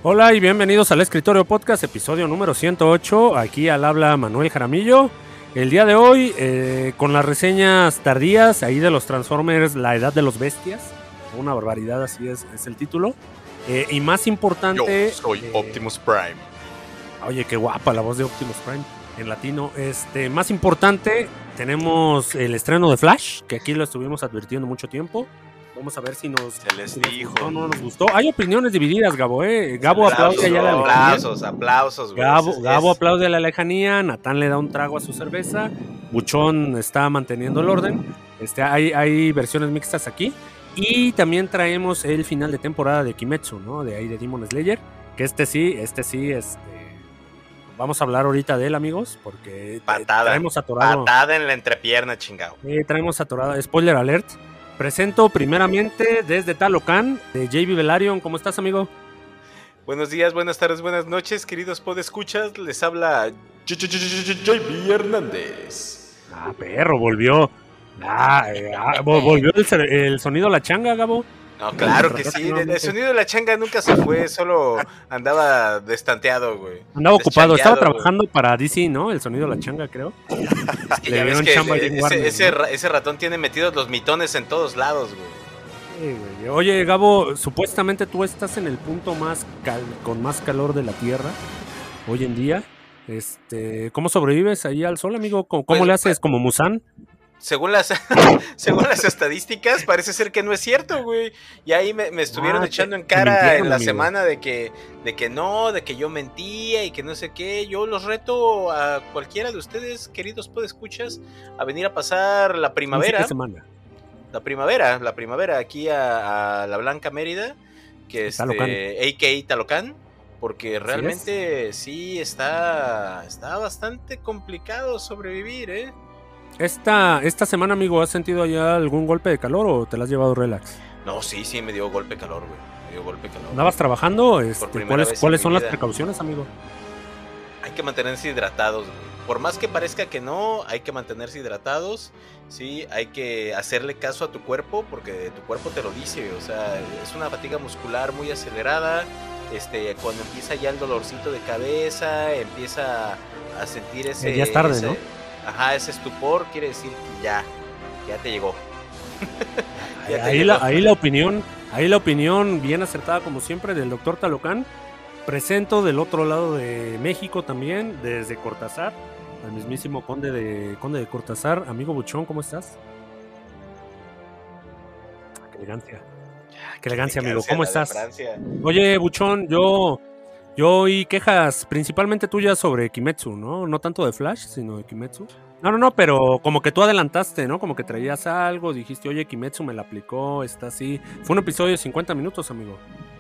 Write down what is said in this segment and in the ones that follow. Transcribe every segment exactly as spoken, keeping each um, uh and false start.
Hola y bienvenidos al Escritorio Podcast, episodio número ciento ocho. Aquí al habla Manuel Jaramillo. El día de hoy, eh, con las reseñas tardías ahí de los Transformers, La Edad de los Bestias. Una barbaridad, así es, es el título. Eh, y más importante... Yo soy eh, Optimus Prime. Oye, qué guapa la voz de Optimus Prime en latino. Este, más importante, tenemos el estreno de Flash, que aquí lo estuvimos advirtiendo mucho tiempo. Vamos a ver si nos, Se les si nos dijo. gustó o no nos gustó. Hay opiniones divididas, Gabo, ¿eh? Gabo Aplausos, aplaude allá la lejanía. aplausos, aplausos, güey. Gabo, Es- Gabo es- aplaude a la lejanía. Natán le da un trago a su cerveza. Buchón está manteniendo el orden. Este, hay, hay versiones mixtas aquí. Y también traemos el final de temporada de Kimetsu, ¿no? De ahí de Demon Slayer. Que este sí, este sí, este... Vamos a hablar ahorita de él, amigos, porque Patada. traemos atorado... Patada en la entrepierna, chingado. Eh, traemos atorado... Spoiler alert. Presento primeramente desde Talocan, de J B Velaryon. ¿Cómo estás, amigo? Buenos días, buenas tardes, buenas noches, queridos podescuchas. Les habla J B Hernández. Ah, perro, volvió. Ah, eh, ah, vol- volvió el, cer- el sonido a la changa, Gabo. No, claro que sí. El el sonido de la changa nunca se fue, solo andaba destanteado, güey. Andaba ocupado, estaba Deschangueado, trabajando para D C, ¿no? El sonido de la changa, creo. güey. Es que Le ya ves dieron que chamba ese, ahí en Warner, ese ¿no? ra- ese ratón tiene metidos los mitones en todos lados, güey. Sí, güey. Oye, Gabo, supuestamente tú estás en el punto más cal- con más calor de la Tierra hoy en día. Este, ¿cómo sobrevives ahí al sol, amigo? ¿Cómo, cómo Pues, le haces? ¿Como Musan? Según las, según las estadísticas, parece ser que no es cierto, güey. Y ahí me, me estuvieron Ah, echando te- en te cara mintieron, en la amigo. semana de que, de que no, de que yo mentía y que no sé qué. Yo los reto a cualquiera de ustedes, queridos podescuchas, a venir a pasar la Un fin primavera. de semana. La primavera, la primavera aquí a, a la Blanca Mérida, que es Talocán. A K A Talocán, porque Así realmente sí está, está bastante complicado sobrevivir, ¿eh? Esta, esta semana, amigo, ¿has sentido allá algún golpe de calor o te la has llevado relax? No, sí, sí, me dio golpe calor, güey. Me dio golpe calor. ¿Andabas trabajando? Este, primera ¿cuáles vez en cuáles mi son las vida. precauciones, amigo? Hay que mantenerse hidratados, güey. Por más que parezca que no, hay que mantenerse hidratados. Sí, hay que hacerle caso a tu cuerpo porque tu cuerpo te lo dice. O sea, es una fatiga muscular muy acelerada. Este, cuando empieza ya el dolorcito de cabeza, empieza a sentir ese... Eh, ya es tarde, ese- ¿no? Ajá, ese estupor quiere decir que ya, que ya te llegó. Ya te Ahí llegó. la, ahí la opinión, ahí la opinión bien acertada como siempre del doctor Talocán. Presento del otro lado de México también, desde Cortázar, al mismísimo conde de conde de Cortázar. Amigo Buchón, ¿cómo estás? Qué elegancia. Qué elegancia, amigo. ¿Cómo La de estás? Francia. Oye, Buchón, yo yo oí quejas principalmente tuyas sobre Kimetsu, ¿no? No tanto de Flash, sino de Kimetsu. No, no, no, pero como que tú adelantaste, ¿no? Como que traías algo, dijiste, oye, Kimetsu me la aplicó, está así. Fue un episodio de cincuenta minutos, amigo.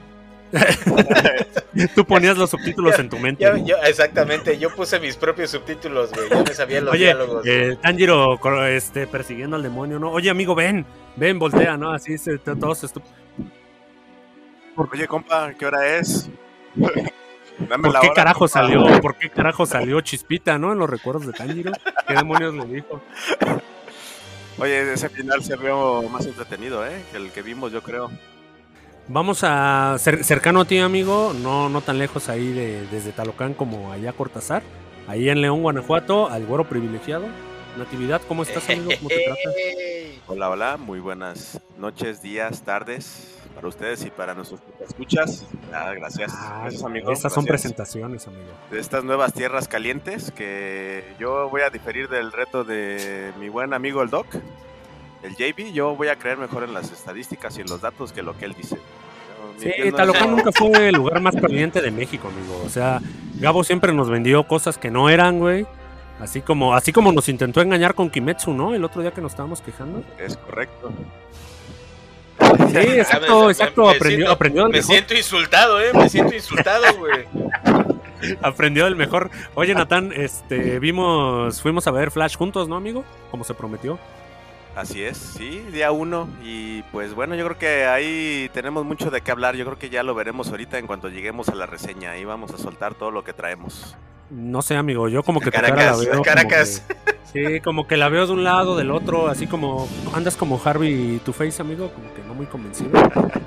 Tú ponías los subtítulos en tu mente. Yo, ¿no? yo, exactamente, yo puse mis propios subtítulos, güey. Ya me sabía los Oye, diálogos. eh, Tanjiro cor- este, persiguiendo al demonio, ¿no? Oye, amigo, ven, ven, voltea, ¿no? Así se, to- todos estu- Oye, compa, ¿qué hora es? Dame ¿Por la qué hora, carajo compa. salió? ¿Por qué carajo salió Chispita, no? En los recuerdos de Tanjiro. ¿Qué demonios le dijo? Oye, ese final se vio más entretenido, ¿eh? Que el que vimos, yo creo. Vamos a cer- cercano a ti, amigo, no, no tan lejos ahí de, desde Talocán como allá Cortázar, ahí en León, Guanajuato, al güero privilegiado. Natividad, ¿cómo estás, amigo? ¿Cómo te tratas? Ey. Hola, hola, muy buenas noches, días, tardes para ustedes y para nuestros escuchas. Ah, gracias. Ah, Gracias, amigo. Estas son Gracias. presentaciones, amigo. De estas nuevas tierras calientes que yo voy a diferir del reto de mi buen amigo el Doc, el J B. Yo voy a creer mejor en las estadísticas y en los datos que lo que él dice. Yo- mi Sí, piel no es- Talocán nunca fue el lugar más caliente de México, amigo. O sea, Gabo siempre nos vendió cosas que no eran, güey. Así como, así como nos intentó engañar con Kimetsu, ¿no? El otro día que nos estábamos quejando. Es correcto. Sí, exacto, me- exacto. me Aprendió, siento- aprendió del Me mejor. siento insultado, eh. Me siento insultado, güey. Aprendió del mejor. Oye, Natán, este, vimos, fuimos a ver Flash juntos, ¿no, amigo? Como se prometió. Así es, sí, día uno. Y pues bueno, yo creo que ahí tenemos mucho de qué hablar. Yo creo que ya lo veremos ahorita en cuanto lleguemos a la reseña. Ahí vamos a soltar todo lo que traemos. No sé, amigo, yo como que tu cara Caracas, la veo como Caracas. que- sí, como que la veo de un lado, del otro, así como andas como Harvey Two Face, amigo, como que no muy convencido.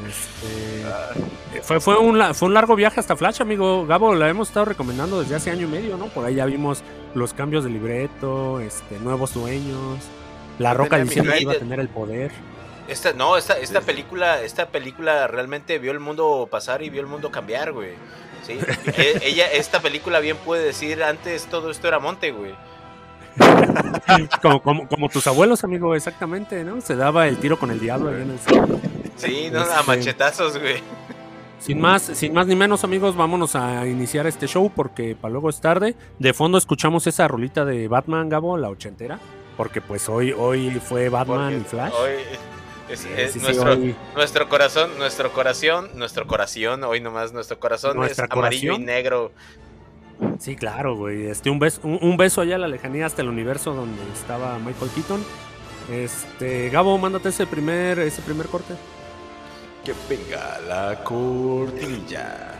Este, fue, fue, un, fue un largo viaje hasta Flash, amigo. Gabo, la hemos estado recomendando desde hace año y medio, ¿no? Por ahí ya vimos los cambios de libreto, este, nuevos dueños, La Roca diciendo que iba a tener el poder. Esta, no, esta, esta película, esta película realmente vio el mundo pasar y vio el mundo cambiar, güey. ¿Sí? Ella, esta película bien puede decir, antes todo esto era monte, güey. como, como, como tus abuelos, amigo, exactamente, ¿no? Se daba el tiro con el diablo ahí en el cielo. Sí, no, a machetazos, güey. Sin más, sin más ni menos, amigos, vámonos a iniciar este show porque para luego es tarde. De fondo escuchamos esa rolita de Batman, Gabo, la ochentera, porque pues hoy, hoy fue Batman porque y Flash. Hoy es, sí, es sí, nuestro, sí, hoy... nuestro corazón, nuestro corazón, nuestro corazón, hoy nomás nuestro corazón Nuestra es amarillo corazón. Y negro. Sí, claro, güey. Este, un beso, un, un beso allá a la lejanía hasta el universo donde estaba Michael Keaton. Este, Gabo, mándate ese primer, ese primer corte. Que venga la cortinilla.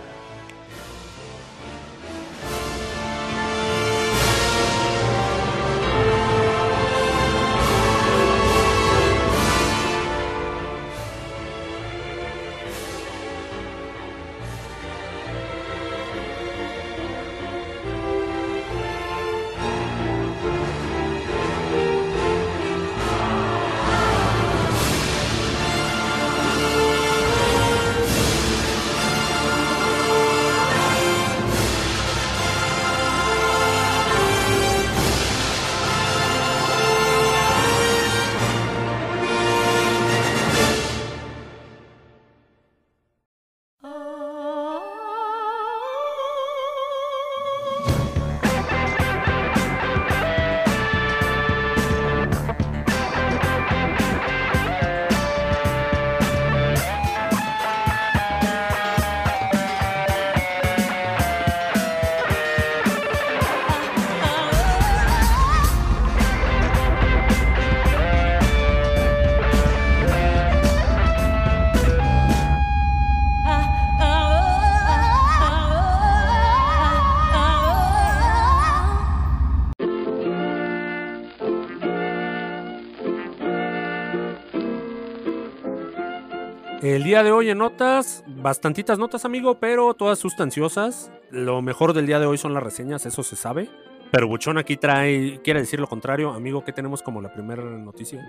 El día de hoy en notas, bastantitas notas, amigo, pero todas sustanciosas. Lo mejor del día de hoy son las reseñas, eso se sabe. Pero Buchón aquí trae, quiere decir lo contrario. Amigo, ¿qué tenemos como la primera noticia?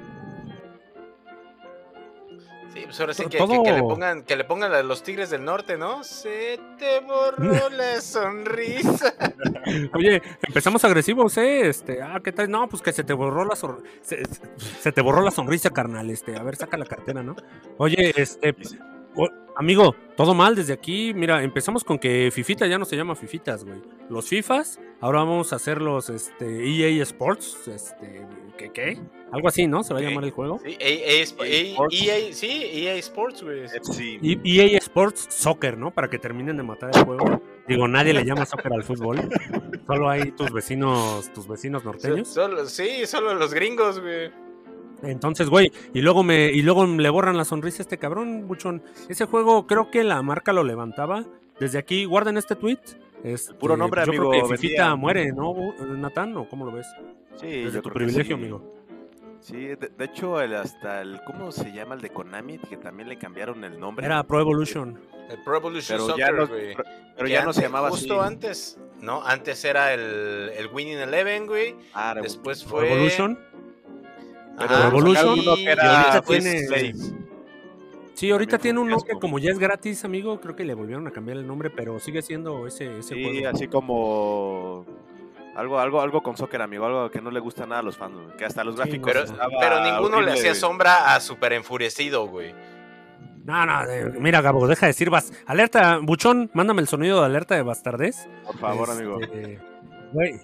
Sí, pues ahora sí que, Todo... que, que, le pongan, que le pongan a los Tigres del Norte, ¿no? Se te borró la sonrisa. Oye, empezamos agresivos, ¿eh? Este, ah, ¿qué tal? No, pues que se te borró la sonrisa. Se, se te borró la sonrisa, carnal. Este, a ver, saca la cartera, ¿no? Oye, este, oh, amigo, todo mal desde aquí. Mira, empezamos con que Fifita ya no se llama Fifitas, güey. Los Fifas, ahora vamos a hacer los este, E A Sports, este, ¿qué qué? Algo así, ¿no? ¿Se va a llamar el juego? Sí, E A, sí, E A Sports, güey. Sí. E A Sports Soccer, ¿no? Para que terminen de matar el juego. Digo, nadie le llama soccer al fútbol. Solo hay tus vecinos, tus vecinos norteños. Solo, sí, solo los gringos, güey. Entonces, güey, y luego me, y luego le borran la sonrisa a este cabrón, Buchón. Ese juego creo que la marca lo levantaba. Desde aquí, guarden este tweet. Este, puro nombre, yo amigo. Creo que Fifita muere, ¿no, Natán? ¿O cómo lo ves? Sí, desde yo tu creo privilegio, que sí. amigo. Sí, de, de hecho, el, hasta el, ¿cómo se llama el de Konami? Que también le cambiaron el nombre. Era Pro Evolution. El Pro Evolution pero Soccer, ya no, güey. Pero, pero ya antes, no se llamaba justo así. antes, ¿no? Antes era el, el Winning Eleven, güey. Ah, después Pro fue... Evolution. Ajá, Pro Evolution. Uno que era y ahorita pues, tiene... Slave. Sí, ahorita También tiene un uno fiasco. que como ya es gratis, amigo, creo que le volvieron a cambiar el nombre, pero sigue siendo ese, ese Sí, juego. así como... Algo, algo, algo con soccer, amigo, algo que no le gusta nada a los fans, que hasta los Sí, gráficos. Pero, estaba pero ninguno horrible. le hacía sombra a Super Enfurecido, güey. No, no, de- mira, Gabo, deja de decir bas... Alerta, Buchón, mándame el sonido de alerta de bastardez. Por favor, Este, amigo. Güey.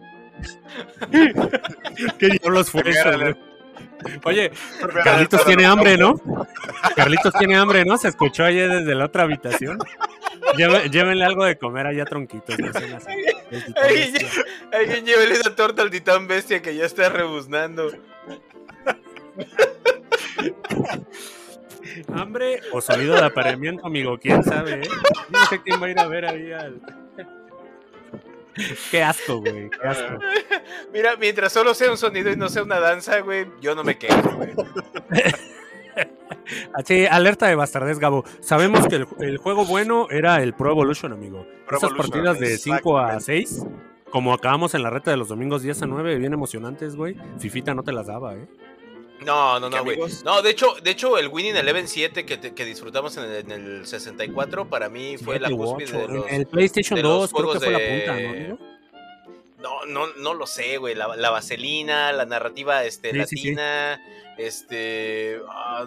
¿Qué diablos fue Primera eso, güey? alerta. Oye, Primera Carlitos alerta tiene de hambre, ¿no? campo. Carlitos tiene hambre, ¿no? Se escuchó ayer desde la otra habitación. Lleve- llévenle algo de comer allá, tronquitos. No sean así. El titán Alguien, bestia. alguien llévele esa torta al titán bestia que ya está rebuznando. ¿Hambre o sonido de apareamiento, amigo? ¿Quién sabe, eh? Yo no sé quién va a ir a ver ahí al... Qué asco, güey, qué asco. Mira, mientras solo sea un sonido y no sea una danza, güey, yo no me quejo, güey. Sí, alerta de bastardez, Gabo. Sabemos que el, el juego bueno era el Pro Evolution, amigo. Pro Esas Evolution, partidas de cinco a exactamente. seis, como acabamos en la reta de los domingos diez a nueve, bien emocionantes, güey. Fifita no te las daba, ¿eh? No, no, ¿Qué, no, güey. amigos? No, de hecho, de hecho, el Winning Eleven siete que, te- que disfrutamos en el, en el sesenta y cuatro, para mí fue la Siete u cúspide de ocho. los... En el PlayStation de los dos creo que juegos fue la de- punta, ¿no, amigo? No, no, no lo sé, güey. La, la vaselina, la narrativa este, Sí, sí, sí. latina, este... ah,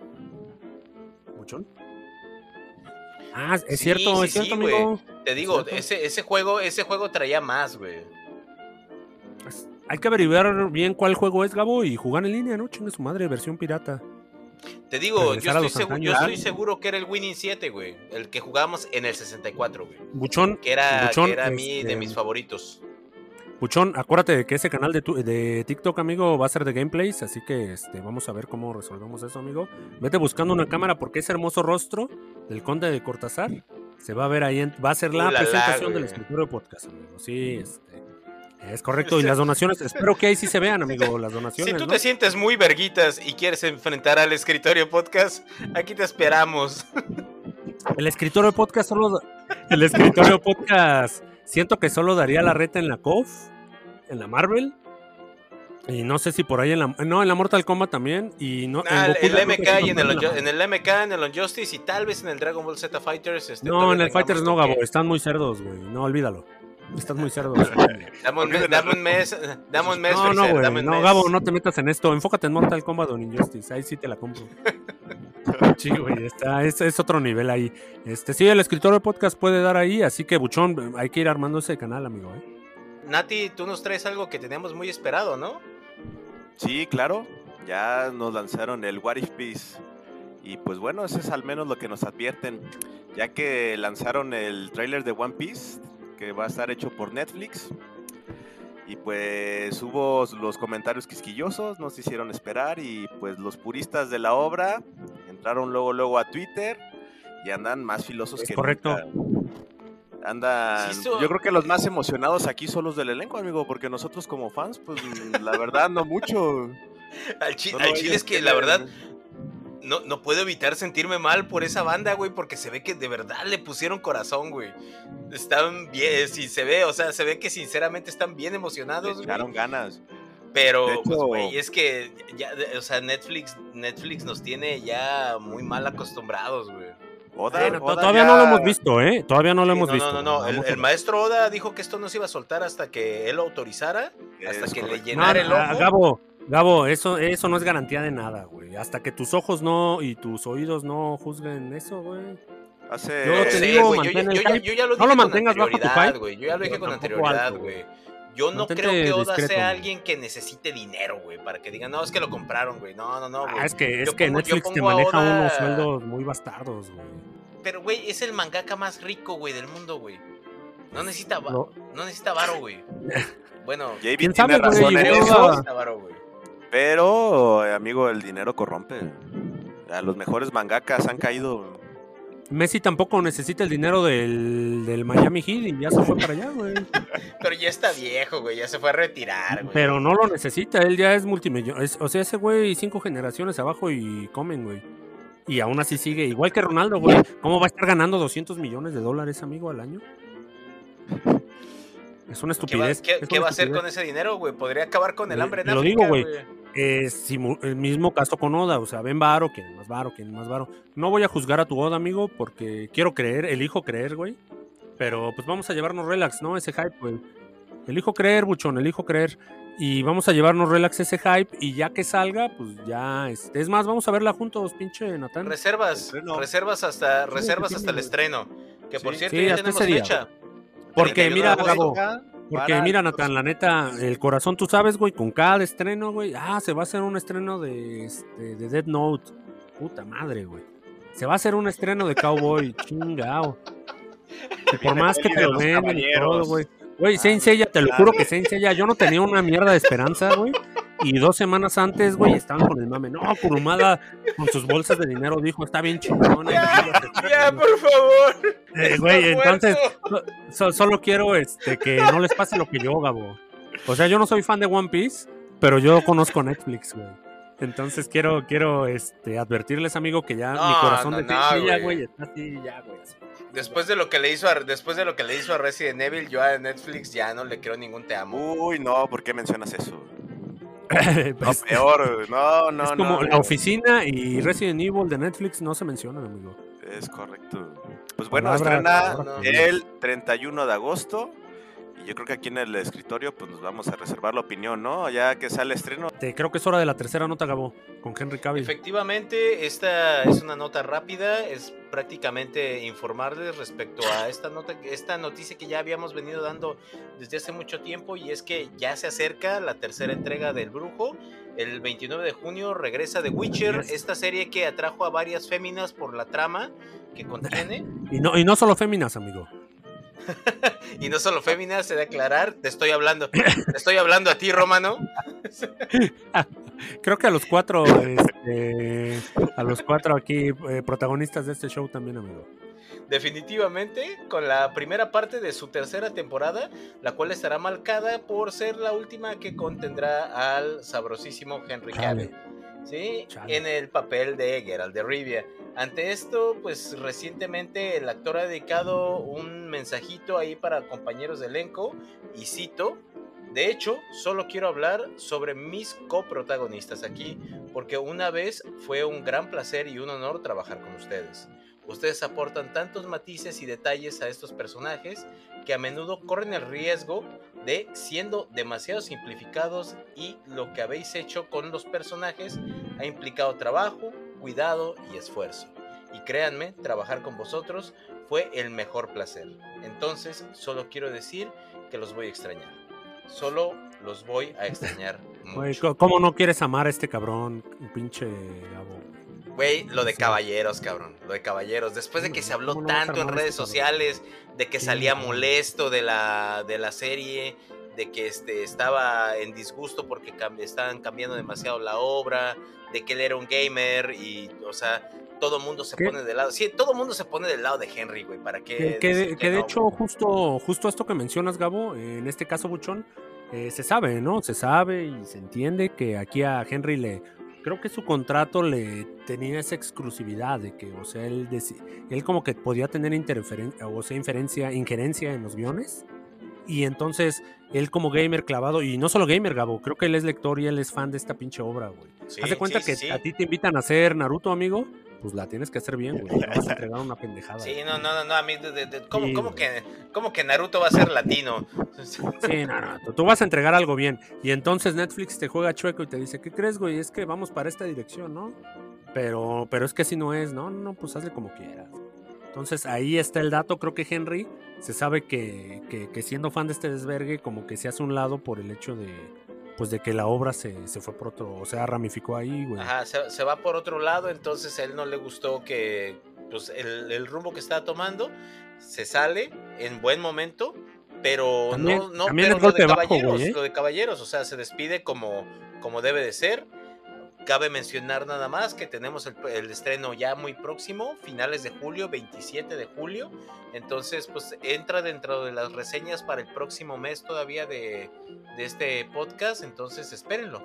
¿Muchón? Ah, es Sí, cierto, sí, es cierto, sí, güey. amigo. te digo, ¿Cierto? ese, ese juego, ese juego traía más, güey. Pues, hay que averiguar bien cuál juego es, Gabo, y jugar en línea, ¿no? Chingue su madre, versión pirata. Te digo, yo Regresar a estoy, los seguro, yo antaños. estoy seguro que era el Winning siete, güey. El que jugábamos en el sesenta y cuatro, güey. Buchón, Que era, Buchón, que era a mí este, de mis favoritos. Puchón, acuérdate de que ese canal de, tu- de TikTok, amigo, va a ser de gameplays, así que este, vamos a ver cómo resolvemos eso, amigo. Vete buscando una cámara porque ese hermoso rostro del conde de Cortázar se va a ver ahí, en- va a ser la Uh, la, la, presentación güey. del escritorio de podcast, amigo. Sí, este, es correcto. Y las donaciones, espero que ahí sí se vean, amigo, las donaciones, Si tú ¿no? te sientes muy verguitas y quieres enfrentar al escritorio podcast, aquí te esperamos. El escritorio de podcast solo, el escritorio de podcast, siento que solo daría la reta en la C O F, en la Marvel. Y no sé si por ahí en la, no, en la Mortal Kombat también. Y no, Ah, en Goku el yo creo M que K sí y en nos el, meten la en el M K, en el Unjustice y tal vez en el Dragon Ball Z Fighters. Este, No, todavía en el tengamos Fighters no, con Gabo, qué. están muy cerdos, güey. No, olvídalo. Están muy cerdos. Dame un, mes, dame un mes, dame un mes, No, no, Berser, dame güey. un No, mes. Gabo, no te metas en esto. Enfócate en Mortal Kombat o en Injustice. Ahí sí te la compro. Sí, güey, está, es, es otro nivel ahí. Este, sí, el escritor de podcast puede dar ahí, así que, Buchón, hay que ir armando ese canal, amigo, ¿eh? Nati, tú nos traes algo que teníamos muy esperado, ¿no? Sí, claro. Ya nos lanzaron el What If Piece. Y pues bueno, eso es al menos lo que nos advierten. Ya que lanzaron el tráiler de One Piece, que va a estar hecho por Netflix. Y pues hubo los comentarios quisquillosos, nos hicieron esperar. Y pues los puristas de la obra entraron luego luego a Twitter y andan más filosos Es que correcto. nunca. Andan, Sí, so- yo creo que los más emocionados aquí son los del elenco, amigo, porque nosotros como fans, pues la verdad no mucho. Al, chi- Solo al chile ellos es que tienen- la verdad no, no puedo evitar sentirme mal por esa banda, güey, porque se ve que de verdad le pusieron corazón, güey. Están bien, si se ve, o sea, se ve que sinceramente están bien le emocionados, güey. echaron ganas. Pero, De hecho- pues, güey, es que ya, de- o sea, Netflix, Netflix nos tiene ya muy mal acostumbrados, güey. Oda, Bueno, to- Oda todavía ya- no lo hemos visto, ¿eh? Todavía no lo Sí, hemos no, visto. no, no, no. El, Vamos a el ver. maestro Oda dijo que esto no se iba a soltar hasta que él lo autorizara, hasta Es que le correcto. llenara No, el ah, ojo. Gabo, Gabo, eso, eso no es garantía de nada, güey. Hasta que tus ojos no y tus oídos no juzguen eso, güey. Hace Yo No te sé, digo, güey, yo, mantén ya- el yo ya, hype. yo ya lo No dije lo con mantengas bajo tu anterioridad, hype, güey. Yo ya lo dije pero con tampoco anterioridad, alto, güey. Yo no Mantente creo que Oda discreto, sea güey. alguien que necesite dinero, güey, para que digan, no, es que lo compraron, güey. No, no, no, güey. Ah, es que, es Yo que pongo- yo Netflix te pongo a maneja Oda- unos sueldos muy bastardos, güey. Pero, güey, es el mangaka más rico, güey, del mundo, güey. No necesita, va- No. no necesita varo, güey. Bueno, J B ¿Quién tiene sabe, güey? razón en Igual eso, Oda- necesita varo, güey. pero eh, amigo, el dinero corrompe. A los mejores mangakas han caído. Messi tampoco necesita el dinero del, del Miami Heat y ya se fue para allá, güey. Pero ya está viejo, güey. Ya se fue a retirar, güey. Pero no lo necesita, él ya es multimillonario. O sea, ese güey cinco generaciones abajo y comen, güey. Y aún así sigue, igual que Ronaldo, güey. ¿Cómo va a estar ganando doscientos millones de dólares, amigo, al año? Es una ¿Qué va, estupidez. qué- es qué una va a hacer estupidez. con ese dinero, güey? Podría acabar con el Te- hambre en te lo África, digo, güey. Eh, simu- el mismo caso con Oda, o sea, ven varo, quien más varo, quien más varo. No voy a juzgar a tu Oda, amigo, porque quiero creer, elijo creer, güey. Pero pues vamos a llevarnos relax, ¿no? Ese hype, güey. Elijo creer, buchón, elijo creer. Y vamos a llevarnos relax ese hype. Y ya que salga, pues ya. Es, es más, vamos a verla juntos, pinche Natán. Reservas, Estreno. reservas hasta, Sí, reservas sí, hasta el güey. estreno. Que por Sí. cierto Sí, ya hasta tenemos ese día, fecha. Porque treinta y uno mira, de agosto. Gabo, porque Para- mira, Natán, la neta, el corazón, tú sabes, güey, con cada estreno, güey. Ah, se va a hacer un estreno de, este, de Death Note. Puta madre, güey. Se va a hacer un estreno de Cowboy, chingao. Y por más que peli te de lo los den y caballeros. todo, güey. Güey, Saint Seiya, te lo Ah, juro que Saint Seiya, yo no tenía una mierda de esperanza, güey. Y dos semanas antes, güey, estaban con el mame. No, Kurumada, con sus bolsas de dinero, dijo, está bien chingón. Ya, por favor. Eh, güey, Está entonces, muerto. so- solo quiero este, que no les pase lo que yo, Gabo. O sea, yo no soy fan de One Piece, pero yo conozco Netflix, güey. Entonces quiero, quiero este, advertirles, amigo, que ya No, mi corazón no, de no, Teixeira, güey. güey, está así, ya, güey. así. Después de lo que le hizo a, después de lo que le hizo a Resident Evil, yo a Netflix ya no le creo ningún te amo. Uy, no, ¿por qué mencionas eso? No, Pues, peor, güey. no, no, es no. como amigo. La Oficina y Resident Evil de Netflix no se mencionan, amigo. Es correcto. Pues bueno, Palabra, estrena palabra, el treinta y uno de agosto. Y yo creo que aquí en el escritorio pues nos vamos a reservar la opinión, ¿no? Ya que sale el estreno. Te, creo que es hora de la tercera nota, Gabo, con Henry Cavill. Efectivamente, esta es una nota rápida, es prácticamente informarles respecto a esta nota, esta noticia que ya habíamos venido dando desde hace mucho tiempo, y es que ya se acerca la tercera entrega del Brujo. El veintinueve de junio regresa The Witcher, esta serie que atrajo a varias féminas por la trama que contiene. Y no, y no solo féminas, amigo. Y no solo féminas, se de aclarar, te estoy hablando, te estoy hablando a ti, Romano. Creo que a los cuatro, este, a los cuatro aquí eh, protagonistas de este show también, amigo. Definitivamente, con la primera parte de su tercera temporada, la cual estará marcada por ser la última que contendrá al sabrosísimo Henry Cavill, ¿sí? En el papel de Geralt de Rivia. Ante esto, pues recientemente el actor ha dedicado un mensajito ahí para compañeros de elenco, y cito: de hecho, solo quiero hablar sobre mis coprotagonistas aquí, porque una vez fue un gran placer y un honor trabajar con ustedes. Ustedes aportan tantos matices y detalles a estos personajes que a menudo corren el riesgo de siendo demasiado simplificados, y lo que habéis hecho con los personajes ha implicado trabajo, cuidado y esfuerzo. Y créanme, trabajar con vosotros fue el mejor placer. Entonces, solo quiero decir que los voy a extrañar. Solo los voy a extrañar mucho. Güey, ¿cómo no quieres amar a este cabrón, pinche Gabo? Güey, lo de Sí. caballeros, cabrón, lo de caballeros. Después de que se habló ¿Cómo no vas a tanto en amar a redes este sociales, de que Sí, salía cabrón. molesto de la, de la serie, de que este, estaba en disgusto porque cam- estaban cambiando demasiado la obra, de que él era un gamer y, o sea, todo el mundo se ¿Qué? pone del lado. Sí, todo el mundo se pone del lado de Henry, güey, ¿para qué? Que, que decir de, que de no, hecho, güey? justo, justo esto que mencionas, Gabo, eh, en este caso, Buchón, eh, se sabe, ¿no? Se sabe y se entiende que aquí a Henry le... Creo que su contrato le tenía esa exclusividad de que, o sea, él, deci- él como que podía tener interferencia, o sea, inferencia, injerencia en los guiones. Y entonces, él como gamer clavado, y no solo gamer, Gabo, creo que él es lector y él es fan de esta pinche obra, güey. Sí, Haz de cuenta sí, que sí, sí. a ti te invitan a hacer Naruto, amigo, pues la tienes que hacer bien, güey. No vas a entregar una pendejada. Sí, güey. no, no, no, no, a mí, de- de- de- ¿cómo, Sí, cómo güey. que, ¿cómo que Naruto va a ser latino? Sí, no, no, tú, tú vas a entregar algo bien. Y entonces Netflix te juega chueco y te dice, ¿qué crees, güey? Es que vamos para esta dirección, ¿no? Pero, pero es que así no es, ¿no? No, pues hazle como quieras. Entonces ahí está el dato. Creo que Henry se sabe que, que, que siendo fan de este desvergue, como que se hace a un lado por el hecho de, pues de que la obra se, se fue por otro, o sea, ramificó ahí, güey. Ajá, se, se va por otro lado, entonces a él no le gustó que, pues, el, el rumbo que estaba tomando, se sale en buen momento, pero También- no, no, también pero es lo de golpe bajo, caballeros, güey, ¿eh? lo de caballeros, o sea, se despide como, como debe de ser. Cabe mencionar nada más que tenemos el, el estreno ya muy próximo, finales de julio, veintisiete de julio. Entonces, pues entra dentro de las reseñas para el próximo mes todavía de, de este podcast. Entonces, espérenlo.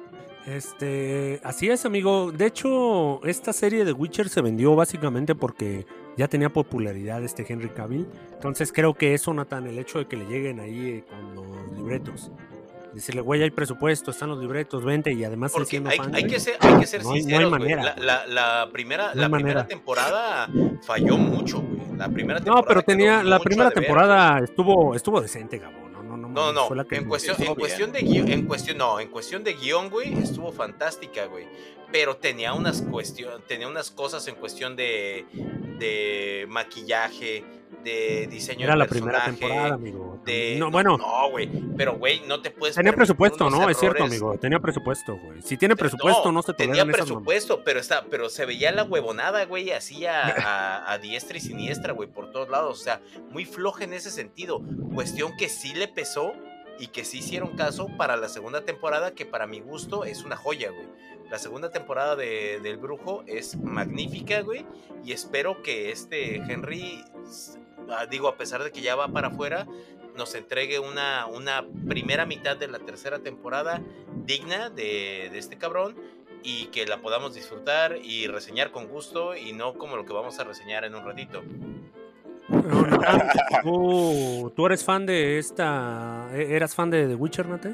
Este, así es, amigo. De hecho, esta serie de Witcher se vendió básicamente porque ya tenía popularidad este Henry Cavill. Entonces creo que eso, Nathan, el hecho de que le lleguen ahí eh, con los libretos. Decirle, güey, hay presupuesto, están los libretos, vente, y además él Porque siendo hay, fan, hay güey, que ser, hay que ser no hay- no hay sinceros, güey. manera, La, güey. la- la primera, No hay la primera manera. temporada falló mucho, güey. La primera temporada No, pero quedó tenía, la mucho primera a deber, temporada estuvo, estuvo decente, Gabo. No, no, no, No, mames, no, fue la que en me- cuestión, estuvo en cuestión de bien. guión, en cuestión, no, en cuestión de guión, güey, estuvo fantástica, güey. Pero tenía unas cuestión, tenía unas cosas en cuestión de, de maquillaje, de diseño Era de la primera personaje, temporada, amigo. de, No, no, bueno, no, güey, pero güey, no te puedes tenía permitir presupuesto, unos ¿no? Es cierto, errores. amigo. Tenía presupuesto, güey. Si tiene presupuesto, no, se tenía toleran esas mamadas. presupuesto, pero está, pero se veía la huevonada, güey, así a, a, a diestra y siniestra, güey, por todos lados. O sea, muy floja en ese sentido. Cuestión que sí le pesó y que sí hicieron caso para la segunda temporada, que para mi gusto es una joya, güey. La segunda temporada de, del Brujo es magnífica, güey, y espero que este Henry, digo, a pesar de que ya va para afuera, nos entregue una, una primera mitad de la tercera temporada digna de, de este cabrón, y que la podamos disfrutar y reseñar con gusto y no como lo que vamos a reseñar en un ratito. No, Natán, ¿tú, tú eres fan de esta... ¿Eras fan de The Witcher, Nate?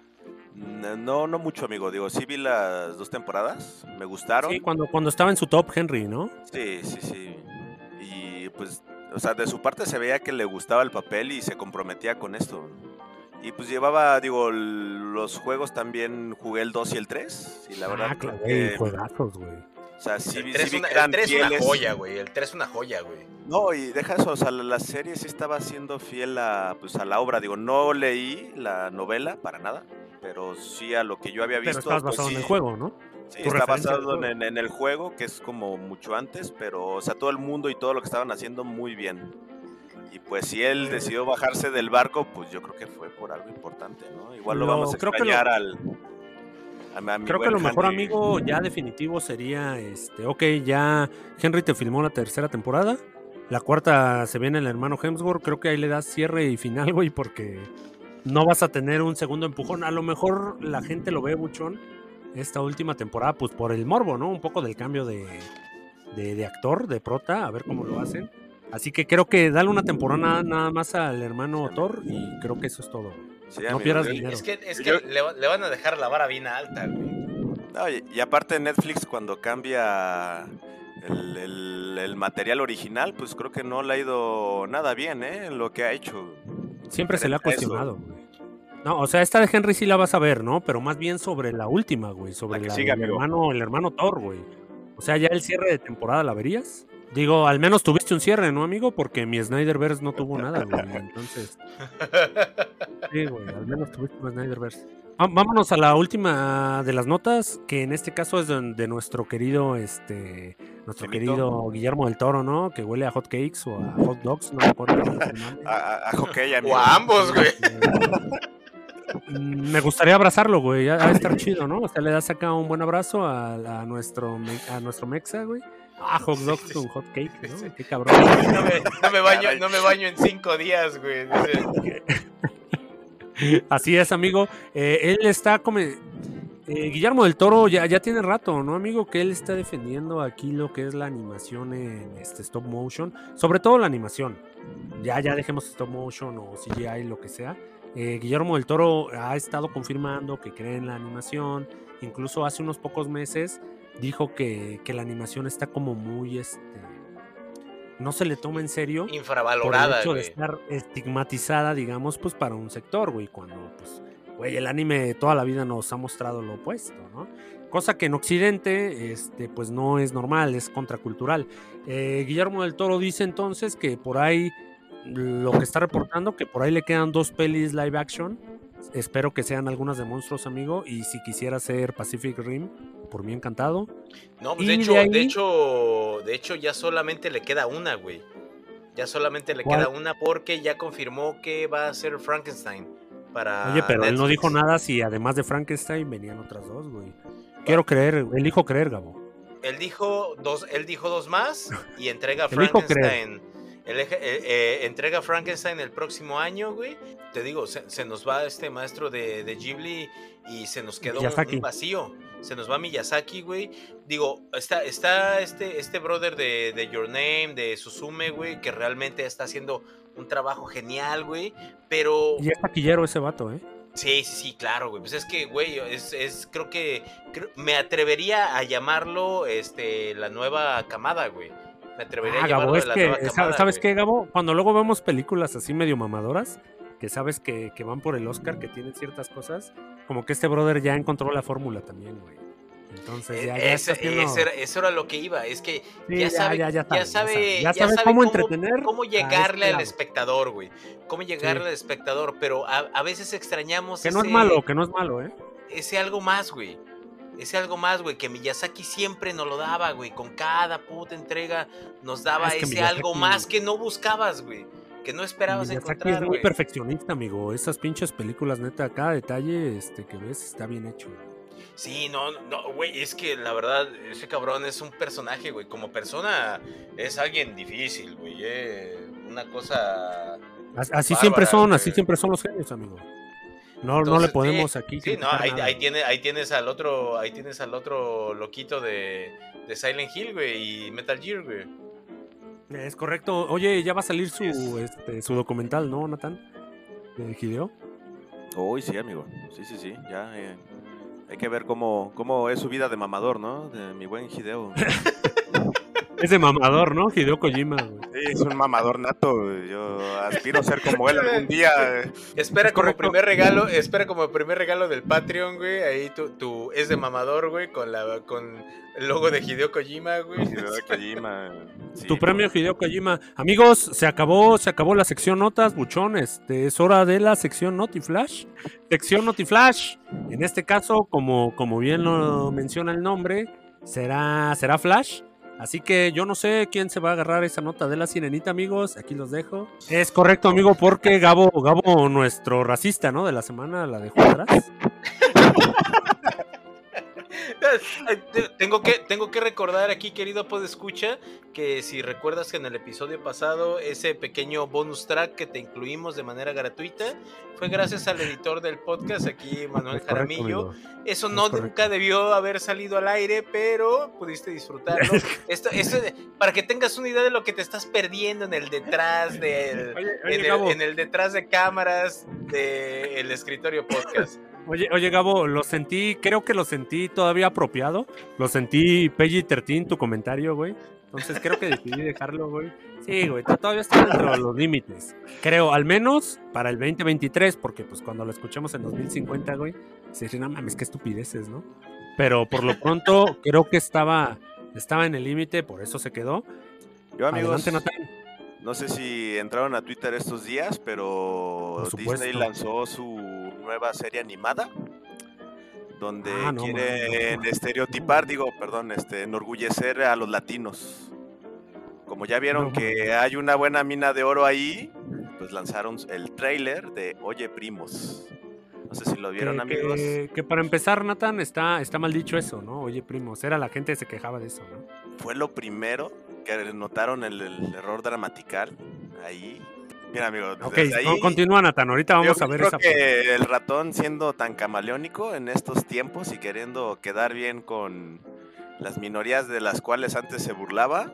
No, no mucho, amigo. Digo, sí vi las dos temporadas, me gustaron. Sí, cuando, cuando estaba en su top Henry, ¿no? Sí, sí, sí. Y pues, o sea, de su parte se veía que le gustaba el papel y se comprometía con esto. Y pues llevaba, digo, los juegos también, jugué el dos y el tres. Y la verdad, ah, claro, que, güey, juegazos, güey. O sea, sí, el tres sí vi una, que eran el tres es una fieles. joya, güey. El tres es una joya, güey. No, y deja eso, o sea, la, la serie sí estaba siendo fiel a, pues, a la obra. Digo, no leí la novela para nada, pero sí a lo que yo había visto. Pero estás basado pues, sí, en el juego, ¿no? Sí, Tu está referencia al basado juego. en, en el juego, que es como mucho antes, pero, o sea, todo el mundo y todo lo que estaban haciendo muy bien. Y pues si él decidió bajarse del barco, pues yo creo que fue por algo importante, ¿no? Igual lo, Lo- vamos a creo que extrañar lo- al... a mi- a mi Creo que buen lo mejor, Henry. amigo, ya definitivo sería, este, ok, ya Henry te filmó la tercera temporada, la cuarta se viene el hermano Hemsworth, creo que ahí le das cierre y final, güey, porque no vas a tener un segundo empujón. A lo mejor la gente lo ve, buchón, esta última temporada, pues por el morbo, ¿no? Un poco del cambio de, de, de actor, de prota, a ver cómo lo hacen. Así que creo que dale una temporada nada más al hermano Thor y creo que eso es todo. Sí, No amigo, pierdas yo- dinero. Es que, es que Yo- le, va- le van a dejar la vara bien alta, güey. No, y, y aparte Netflix cuando cambia el, el- el material original, pues creo que no le ha ido nada bien, ¿eh? En lo que ha hecho. Siempre se le ha Referente a eso. cuestionado, güey. No, o sea, esta de Henry sí la vas a ver, ¿no? Pero más bien sobre la última, güey. Sobre La que la sigue, del amigo. hermano, el hermano Thor, güey. O sea, ya el cierre de temporada, ¿la verías? Digo, al menos tuviste un cierre, ¿no, amigo? Porque mi Snyderverse no tuvo nada, güey. Entonces, sí, güey, al menos tuviste un Snyderverse. Va- Vámonos a la última de las notas, que en este caso es de, de nuestro querido, este, nuestro Chemito. querido Guillermo del Toro, ¿no? Que huele a hot cakes o a hot dogs, no me acuerdo. cómo se llama. A, a, a hockey, amigo. O a ambos, güey. Mm, Me gustaría abrazarlo, güey. Ha de estar chido, ¿no? O sea, le das acá un buen abrazo a, a nuestro me- a nuestro mexa, güey. Ah, hot dogs Sí, sí, con sí. hot cake, ¿no? Qué cabrón. No me, no me baño, no me baño en cinco días, güey. Dice, Así es, amigo. Eh, él está como... eh, Guillermo del Toro ya, ya tiene rato, ¿no, amigo? Que él está defendiendo aquí lo que es la animación en este stop motion. Sobre todo la animación. Ya, ya dejemos stop motion o C G I, lo que sea. Eh, Guillermo del Toro ha estado confirmando que cree en la animación. Incluso hace unos pocos meses dijo que, que la animación está como muy... este no se le toma en serio por el infravalorada, hecho de güey. estar estigmatizada, digamos, pues para un sector, güey, cuando, pues, güey, el anime toda la vida nos ha mostrado lo opuesto, ¿no? Cosa que en Occidente, este, pues no es normal, es contracultural. Eh, Guillermo del Toro dice entonces que por ahí, lo que está reportando, que por ahí le quedan dos pelis live action. Espero que sean algunas de monstruos, amigo, y si quisiera hacer Pacific Rim, por mí encantado. No, pues Y de de hecho, ahí- de hecho, de hecho ya solamente le queda una, güey. Ya solamente le ¿Cuál? queda una porque ya confirmó que va a ser Frankenstein para Oye, pero él no Netflix. dijo nada si además de Frankenstein venían otras dos, güey. Quiero creer, elijo creer, Gabo. Él dijo dos, él dijo dos más y entrega Elijo Frankenstein. Él eje- eh, eh, entrega Frankenstein el próximo año, güey. Te digo, se, se nos va este maestro de, de Ghibli y se nos quedó un, Miyazaki. un vacío. Se nos va Miyazaki, güey. Digo, está, está este, este brother de, de Your Name, de Suzume, güey, que realmente está haciendo un trabajo genial, güey. Pero Y es taquillero ese vato, ¿eh? sí, sí, sí, claro, güey. Pues es que, güey, es, es creo que creo- me atrevería a llamarlo este la nueva camada, güey. Me atrevería Ah, a llamarlo Gabo, de es la que, nueva sa- camada. ¿sabes güey. qué, Gabo? Cuando luego vemos películas así medio mamadoras, que sabes que, que van por el Oscar, que tienen ciertas cosas, como que este brother ya encontró la fórmula también, güey. Entonces ya, ya Eh, está ese- haciendo... ese era- eso era lo que iba. Es que Sí, ya sabe, ya, ya ya sabe, sabe, ya ya sabe sabe cómo cómo entretener cómo a llegarle este al lado. espectador, güey. Cómo llegarle Sí. al espectador. Pero a, a veces extrañamos Que no ese, es malo, que no es malo, ¿eh? ese algo más, güey. Ese algo más, güey, que Miyazaki siempre nos lo daba, güey. Con cada puta entrega nos daba Ah, es que ese algo Miyazaki- más que no buscabas, güey. Que no esperabas Miyazaki encontrar, es muy güey. perfeccionista, amigo. Esas pinches películas, neta, cada detalle este, que ves está bien hecho. Sí, no, no, güey, es que la verdad, ese cabrón es un personaje, güey. Como persona es alguien difícil, güey. Eh. Una cosa... As- Así Bárbara, siempre son, güey. así siempre son los genios, amigo. No, Entonces, no le podemos sí, aquí. Sí, no, ahí, ahí, tiene, ahí tienes al otro, ahí tienes al otro loquito de, de Silent Hill, güey, y Metal Gear, güey. Es correcto. Oye, ya va a salir su, Es... este, su documental, ¿no, Natán? De Hideo. Uy, sí, amigo. Sí, sí, sí. Ya eh, hay que ver cómo, cómo es su vida de mamador, ¿no? De mi buen Hideo. Es de mamador, ¿no? Hideo Kojima, güey. Sí, es un mamador nato. Yo aspiro a ser como él algún día. Espera como primer regalo, espera como primer regalo del Patreon, güey. Ahí tu, tu es de mamador, güey, con la con el logo de Hideo Kojima, güey. Hideo Kojima. Sí, tu premio Hideo Kojima. Amigos, se acabó, se acabó la sección notas, buchones. Es hora de la sección Notiflash. Sección Notiflash. En este caso, como, como bien lo menciona el nombre, será, será Flash. Así que yo no sé quién se va a agarrar esa nota de la sirenita, amigos. Aquí los dejo. Es correcto, amigo, porque Gabo, Gabo, nuestro racista, ¿no? De la semana, la dejó atrás. Tengo que, tengo que recordar aquí, querido podescucha, que si recuerdas que en el episodio pasado ese pequeño bonus track que te incluimos de manera gratuita fue gracias al editor del podcast, aquí Manuel Jaramillo. Eso no nunca debió haber salido al aire, pero pudiste disfrutarlo. Esto, esto, para que tengas una idea de lo que te estás perdiendo en el detrás del, oye, oye, en, el, en el detrás de cámaras del escritorio podcast. Oye, oye, Gabo, lo sentí, creo que lo sentí todavía apropiado. Lo sentí P G trece, tu comentario, güey. Entonces creo que decidí dejarlo, güey. Sí, güey, todavía está dentro de los límites. Creo, al menos para el veinte veintitrés, porque pues cuando lo escuchemos en dos mil cincuenta, güey, se dice, no mames, qué estupideces, ¿no? Pero por lo pronto creo que estaba, estaba en el límite, por eso se quedó. Yo, amigos, adelante, Natán. No sé si entraron a Twitter estos días, pero Disney lanzó su nueva serie animada donde ah, no, quieren no. estereotipar, digo, perdón, este, enorgullecer a los latinos. Como ya vieron no, que hay una buena mina de oro ahí, pues lanzaron el tráiler de Oye Primos. No sé si lo vieron, que, amigos. Que, que para empezar, Nathan, está, está mal dicho eso, ¿no? Oye Primos, era la gente que se quejaba de eso, ¿no? Fue lo primero que notaron el, el error gramatical ahí. Mira, amigo, ok, ahí, continúa, Nathan, ahorita vamos yo a ver creo esa que parte. El ratón siendo tan camaleónico en estos tiempos y queriendo quedar bien con las minorías de las cuales antes se burlaba,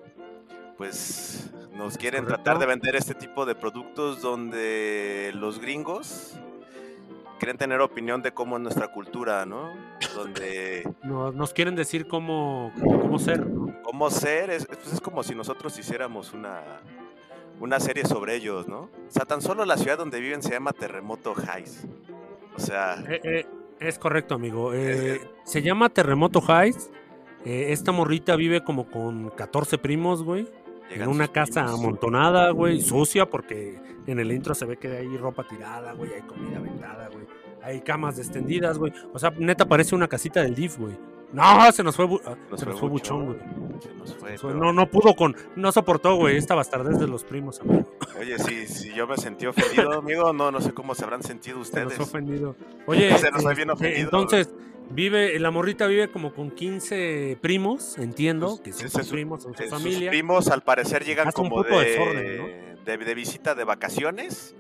pues nos quieren ¿correcto? Tratar de vender este tipo de productos donde los gringos quieren tener opinión de cómo es nuestra cultura, ¿no? Donde nos, nos quieren decir cómo, cómo ser, ¿no? Cómo ser, es, pues es como si nosotros hiciéramos una, una serie sobre ellos, ¿no? O sea, tan solo la ciudad donde viven se llama Terremoto Heights. O sea... Eh, eh, es correcto, amigo. Eh, eh, se llama Terremoto Heights. Eh, esta morrita vive como con catorce primos, güey. En una casa primos. amontonada, güey, sucia, porque en el intro se ve que hay ropa tirada, güey, hay comida aventada, güey. Hay camas extendidas, güey. O sea, neta parece una casita del D I F, güey. No, se nos fue, bu- nos se fue nos fue Buchón, Buchón, güey. Se nos fue, se pero... No, no pudo con, no soportó, güey, esta bastardez de los primos, amigo. Oye, sí, sí, yo me sentí ofendido, amigo, no, no sé cómo se habrán sentido ustedes. Se nos fue ofendido. Oye, se nos fue bien ofendido. Entonces, vive, la morrita vive como con quince primos, entiendo, que son sus primos, son su familia. Sus primos, al parecer, llegan Hace como un poco de, desorden, ¿no? de, de visita de vacaciones.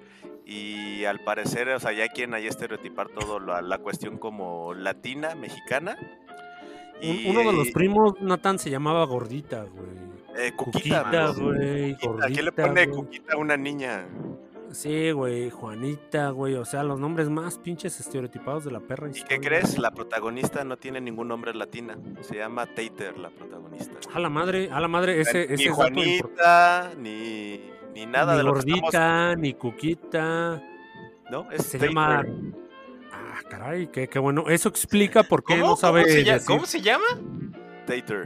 Y al parecer, o sea, ya quieren ahí estereotipar todo la, la cuestión como latina, mexicana. Y... Uno de los primos, Nathan, se llamaba Gordita, güey. Eh, Cuquita, Cuquita, güey. ¿A quién le pone güey? Cuquita a una niña? Sí, güey, Juanita, güey. O sea, los nombres más pinches estereotipados de la perra. ¿Y qué crees? La protagonista no tiene ningún nombre latina. Se llama Tater, la protagonista. A la madre, a la madre, ese, ni ese Juanita, ni... Ni nada ni de lo Gordita, que estamos... ni Cuquita. No, es se Tater. llama. Ah, caray, qué, qué bueno. Eso explica por qué ¿Cómo? no sabe. ¿Cómo se, llama? Decir... ¿Cómo se llama? Tater.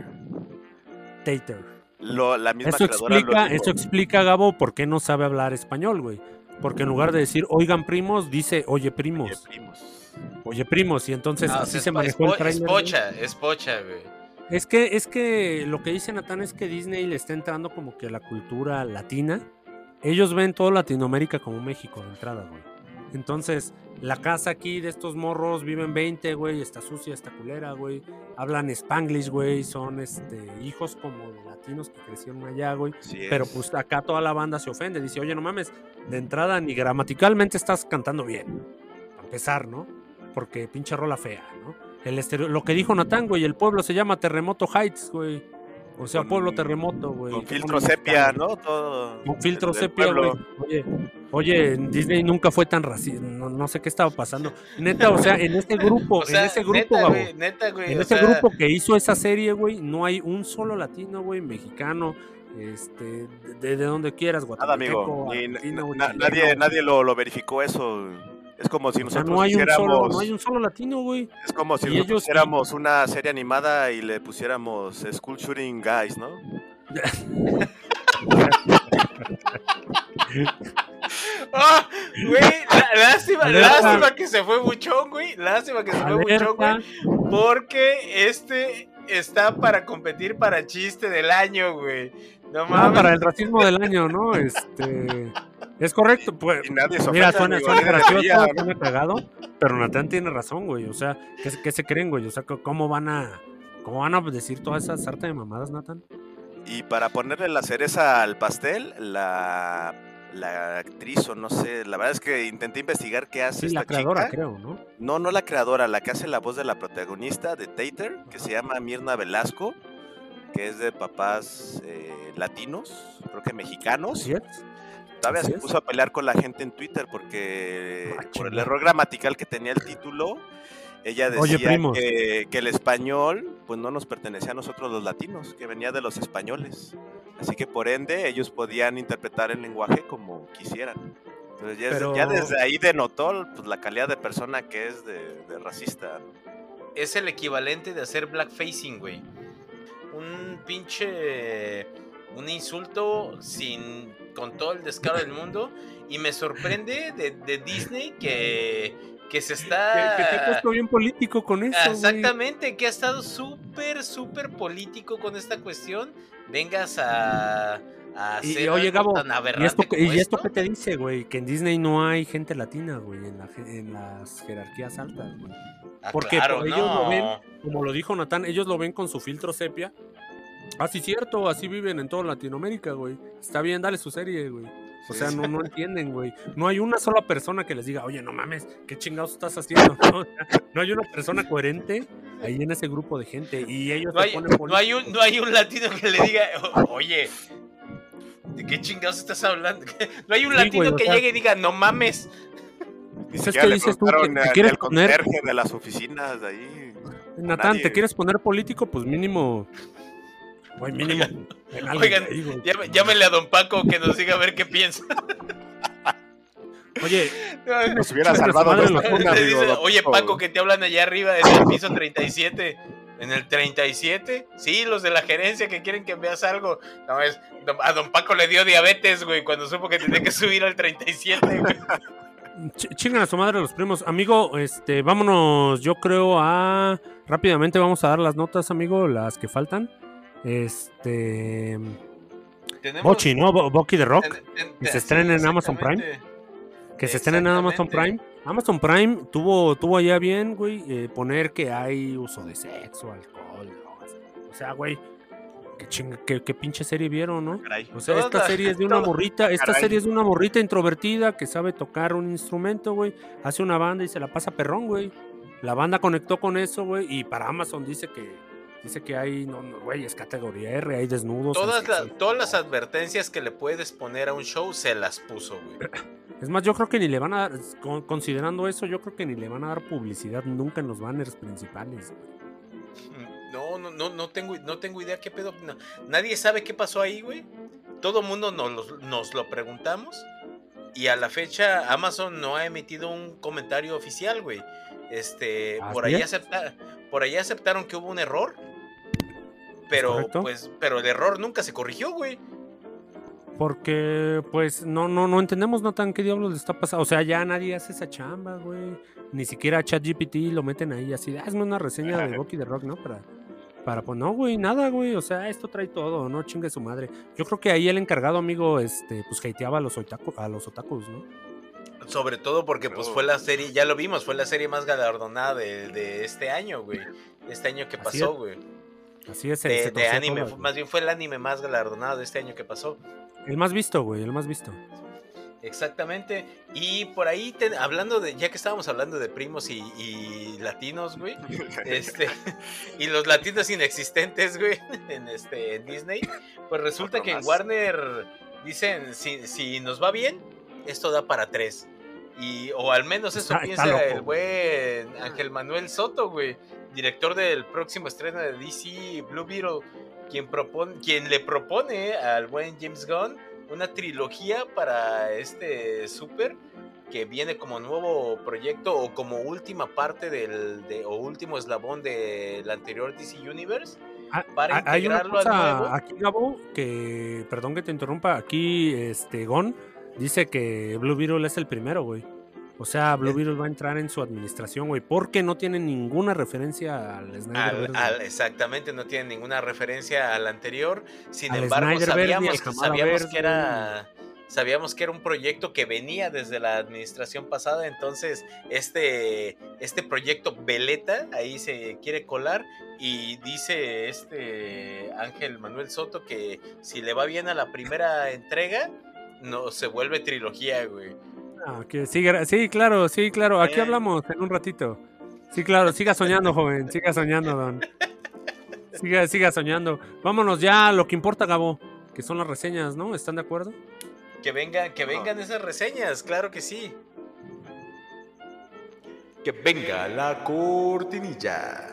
Tater. Lo, la misma eso explica, eso explica, Gabo, por qué no sabe hablar español, güey. Porque en lugar de decir oigan primos, dice oye primos. Oye primos. Oye primos, y entonces no, así es, se manejó es, el trailer. Es pocha, es pocha, güey. Es que, es que lo que dice Natán es que Disney le está entrando como que a la cultura latina. Ellos ven toda Latinoamérica como México de entrada, güey. Entonces, la casa aquí de estos morros viven veinte, güey, está sucia, está culera, güey. Hablan Spanglish, güey, son este hijos como de latinos que crecieron allá, güey. Sí pero pues acá toda la banda se ofende, dice, oye, no mames, de entrada ni gramaticalmente estás cantando bien. empezar, ¿no? Porque pinche rola fea, ¿no? El estereo... Lo que dijo Natán, güey, el pueblo se llama Terremoto Heights, güey. O sea, Con- pueblo terremoto, güey. Con que filtro pone sepia, mexicano. ¿no? Todo. Con filtro el del sepia, güey. pueblo. Oye, oye, en Disney nunca fue tan racista. No, no sé qué estaba pasando. Neta, o sea, en este grupo, O sea, en ese grupo, neta, Gabo, güey, neta, güey. en o ese sea, grupo que hizo esa serie, güey, no hay un solo latino, güey, mexicano, este, de, de donde quieras, Nada, amigo. guatemalteco, Ni- argentino, na- chileno. nadie nadie lo, lo verificó eso. Es como si O sea, nosotros no hay un hiciéramos. solo, no hay un solo latino, güey. Es como si Y nosotros ellos- hiciéramos una serie animada y le pusiéramos School Shooting Guys, ¿no? ¡Ah! Güey, lá- lástima, Alerta. lástima que se fue Buchón, güey. Lástima que se fue Buchón, güey. Alerta. Porque este está para competir para chiste del año, güey. No Ah, mames. para el racismo del año, ¿no? Este, es correcto, pues. Y nadie se Mira, ofende, suena, amigo, suena nadie gracioso, debería, ¿no? suena cagado, pero Natán tiene razón, güey. O sea, ¿qué, se- qué se creen, güey? O sea, ¿cómo van a, cómo van a decir toda esa sarta de mamadas, Natán? Y para ponerle la cereza al pastel, la, la actriz o no sé, la verdad es que intenté investigar qué hace Sí, esta la creadora, chica. creo, ¿no? No, no la creadora, la que hace la voz de la protagonista de Tater, que se llama Mirna Velasco, que es de papás eh, latinos, creo que mexicanos. Así es. Todavía así se es. puso a pelear con la gente en Twitter porque Ah, por el chinga. error gramatical que tenía el título, ella Oye, decía primos. que, que el español pues no nos pertenecía a nosotros los latinos, que venía de los españoles. Así que por ende ellos podían interpretar el lenguaje como quisieran. Entonces ya, Pero- ya desde ahí denotó pues, la calidad de persona que es de, de racista, ¿no? Es el equivalente de hacer blackfacing, güey. Un pinche. Un insulto sin. Con todo el descaro del mundo. Y me sorprende de, de Disney que. Que se Que, está. que te he puesto bien político con eso, güey. Exactamente, que ha estado súper, súper político con esta cuestión. Vengas a. A Y, hacer y, oye, algo Gabo, tan ¿y aberrante esto, como ¿y esto esto? qué te dice, güey? Que en Disney no hay gente latina, güey, en, la, ge- en las jerarquías altas, güey. Ah, Porque claro, por ellos lo no. ven, como lo dijo Natán, ellos lo ven con su filtro sepia. Ah, sí, cierto, así viven en toda Latinoamérica, güey. Está bien, dale su serie, güey. O sea, no, no entienden, güey. No hay una sola persona que les diga, oye, no mames, ¿qué chingados estás haciendo? No, O sea, no hay una persona coherente ahí en ese grupo de gente. Y ellos No se hay, ponen no hay un, no hay un latino que le diga, "O- oye, ¿de qué chingados estás hablando? No hay un Sí, latino güey, o que sea- llegue y diga, no mames. Ni Pues es siquiera que le dices tú, preguntaron ¿te- te al- quieres al poner? conserje de las oficinas de ahí. Natán, nadie. ¿te quieres poner político? Pues mínimo. Güey, mínimo. en algo Oigan, de ahí, güey. llame- llámenle a don Paco que nos diga a ver qué piensa. Oye, Nos hubiera Chingue su salvado madre de los esta jóvenes. funa, Le amigo, dice, don oye Paco. Paco, que te hablan allá arriba en el piso treinta y siete. ¿En el treinta y siete? Sí, los de la gerencia que quieren que veas algo. No, es, a don Paco le dio diabetes, güey, cuando supo que tenía que subir al treinta y siete, güey. ch- chingan a su madre los primos. Amigo, este, vámonos, yo creo a... Rápidamente vamos a dar las notas, amigo, las que faltan. Este... Tenemos- Bochi, ¿no? Bo- Bucky the Rock. ten- ten- que se sí, estrena en Amazon exactamente. Que se estrena en Amazon Prime. Exactamente. Amazon Prime tuvo, tuvo allá bien, güey, eh, poner que hay uso de sexo, alcohol, drogas. O sea, güey, qué, chinga, qué, qué pinche serie vieron, ¿no? Caray. O sea, Todas esta las- serie es de una todas- morrita, esta Caray. serie es de una morrita introvertida que sabe tocar un instrumento, güey. Hace una banda y se la pasa perrón, güey. La banda conectó con eso, güey, y para Amazon dice que dice que hay, no, no, güey, es categoría R, hay desnudos. hay Todas, sexo, la- todas las advertencias que le puedes poner a un show se las puso, güey. Es más, yo creo que ni le van a dar, con- considerando eso, yo creo que ni le van a dar publicidad nunca en los banners principales, güey. No, no, no, no tengo, no tengo idea qué pedo. no, nadie sabe qué pasó ahí, güey. Todo mundo nos, lo- nos lo preguntamos. Y a la fecha Amazon no ha emitido un comentario oficial, güey. Este, Así por ahí es. acepta, por ahí aceptaron que hubo un error. Pero, correcto. pues, pero el error nunca se corrigió, güey. Porque, pues, no, no, no entendemos, no tan qué diablos le está pasando. O sea, ya nadie hace esa chamba, güey. Ni siquiera a ChatGPT lo meten ahí así, de, hazme una reseña de Bucky the Rock, ¿no? Para, para, pues, no, güey, nada, güey. O sea, esto trae todo, no chingue su madre. Yo creo que ahí el encargado, amigo, este, pues, hateaba a los, otaku, a los otakus, ¿no? Sobre todo porque pues Oh. fue la serie, ya lo vimos, fue la serie más galardonada de, de este año, güey. Este año que Así pasó, es. güey. Así es, se- De, se de torció anime, todo, fue- más bien fue el anime más galardonado de este año que pasó. El más visto, güey, el más visto. Exactamente. Y por ahí, te, hablando de, ya que estábamos hablando de primos y, y latinos, güey, este, y los latinos inexistentes, güey, en este, en Disney, pues resulta Otro que en más. Warner dicen, si, si nos va bien, esto da para tres. Y, o al menos eso Está, está piensa loco, el güey. buen Ángel Manuel Soto, güey, director del próximo estreno de D C, Blue Beetle, quien propone, quien le propone al buen James Gunn una trilogía para este Super que viene como nuevo proyecto o como última parte del de, o último eslabón del anterior D C Universe Ah, para ah, hay una integrarlo al nuevo. cosa aquí, Gabo, que, perdón que te interrumpa, aquí este Gon dice que Blue Beetle es el primero, güey. O sea, Blue Es- Beetle va a entrar en su administración, güey, porque no tiene ninguna referencia al Snyder Al, Verde. al, exactamente, no tiene ninguna referencia al anterior. Sin Al embargo, Snyder Verde, sabíamos, al que, Kamala sabíamos Verde. que era sabíamos que era un proyecto que venía desde la administración pasada, entonces este, este proyecto Veleta ahí se quiere colar y dice este Ángel Manuel Soto que si le va bien a la primera entrega, no se vuelve trilogía, güey. Ah, que siga, sí, claro, sí, claro. Aquí Eh, hablamos en un ratito. Sí, claro, siga soñando, joven, siga soñando, don. Siga, siga soñando. Vámonos ya a lo que importa, Gabo, que son las reseñas, ¿no? ¿Están de acuerdo? que vengan, que No. vengan esas reseñas, claro que sí. Que venga la cortinilla.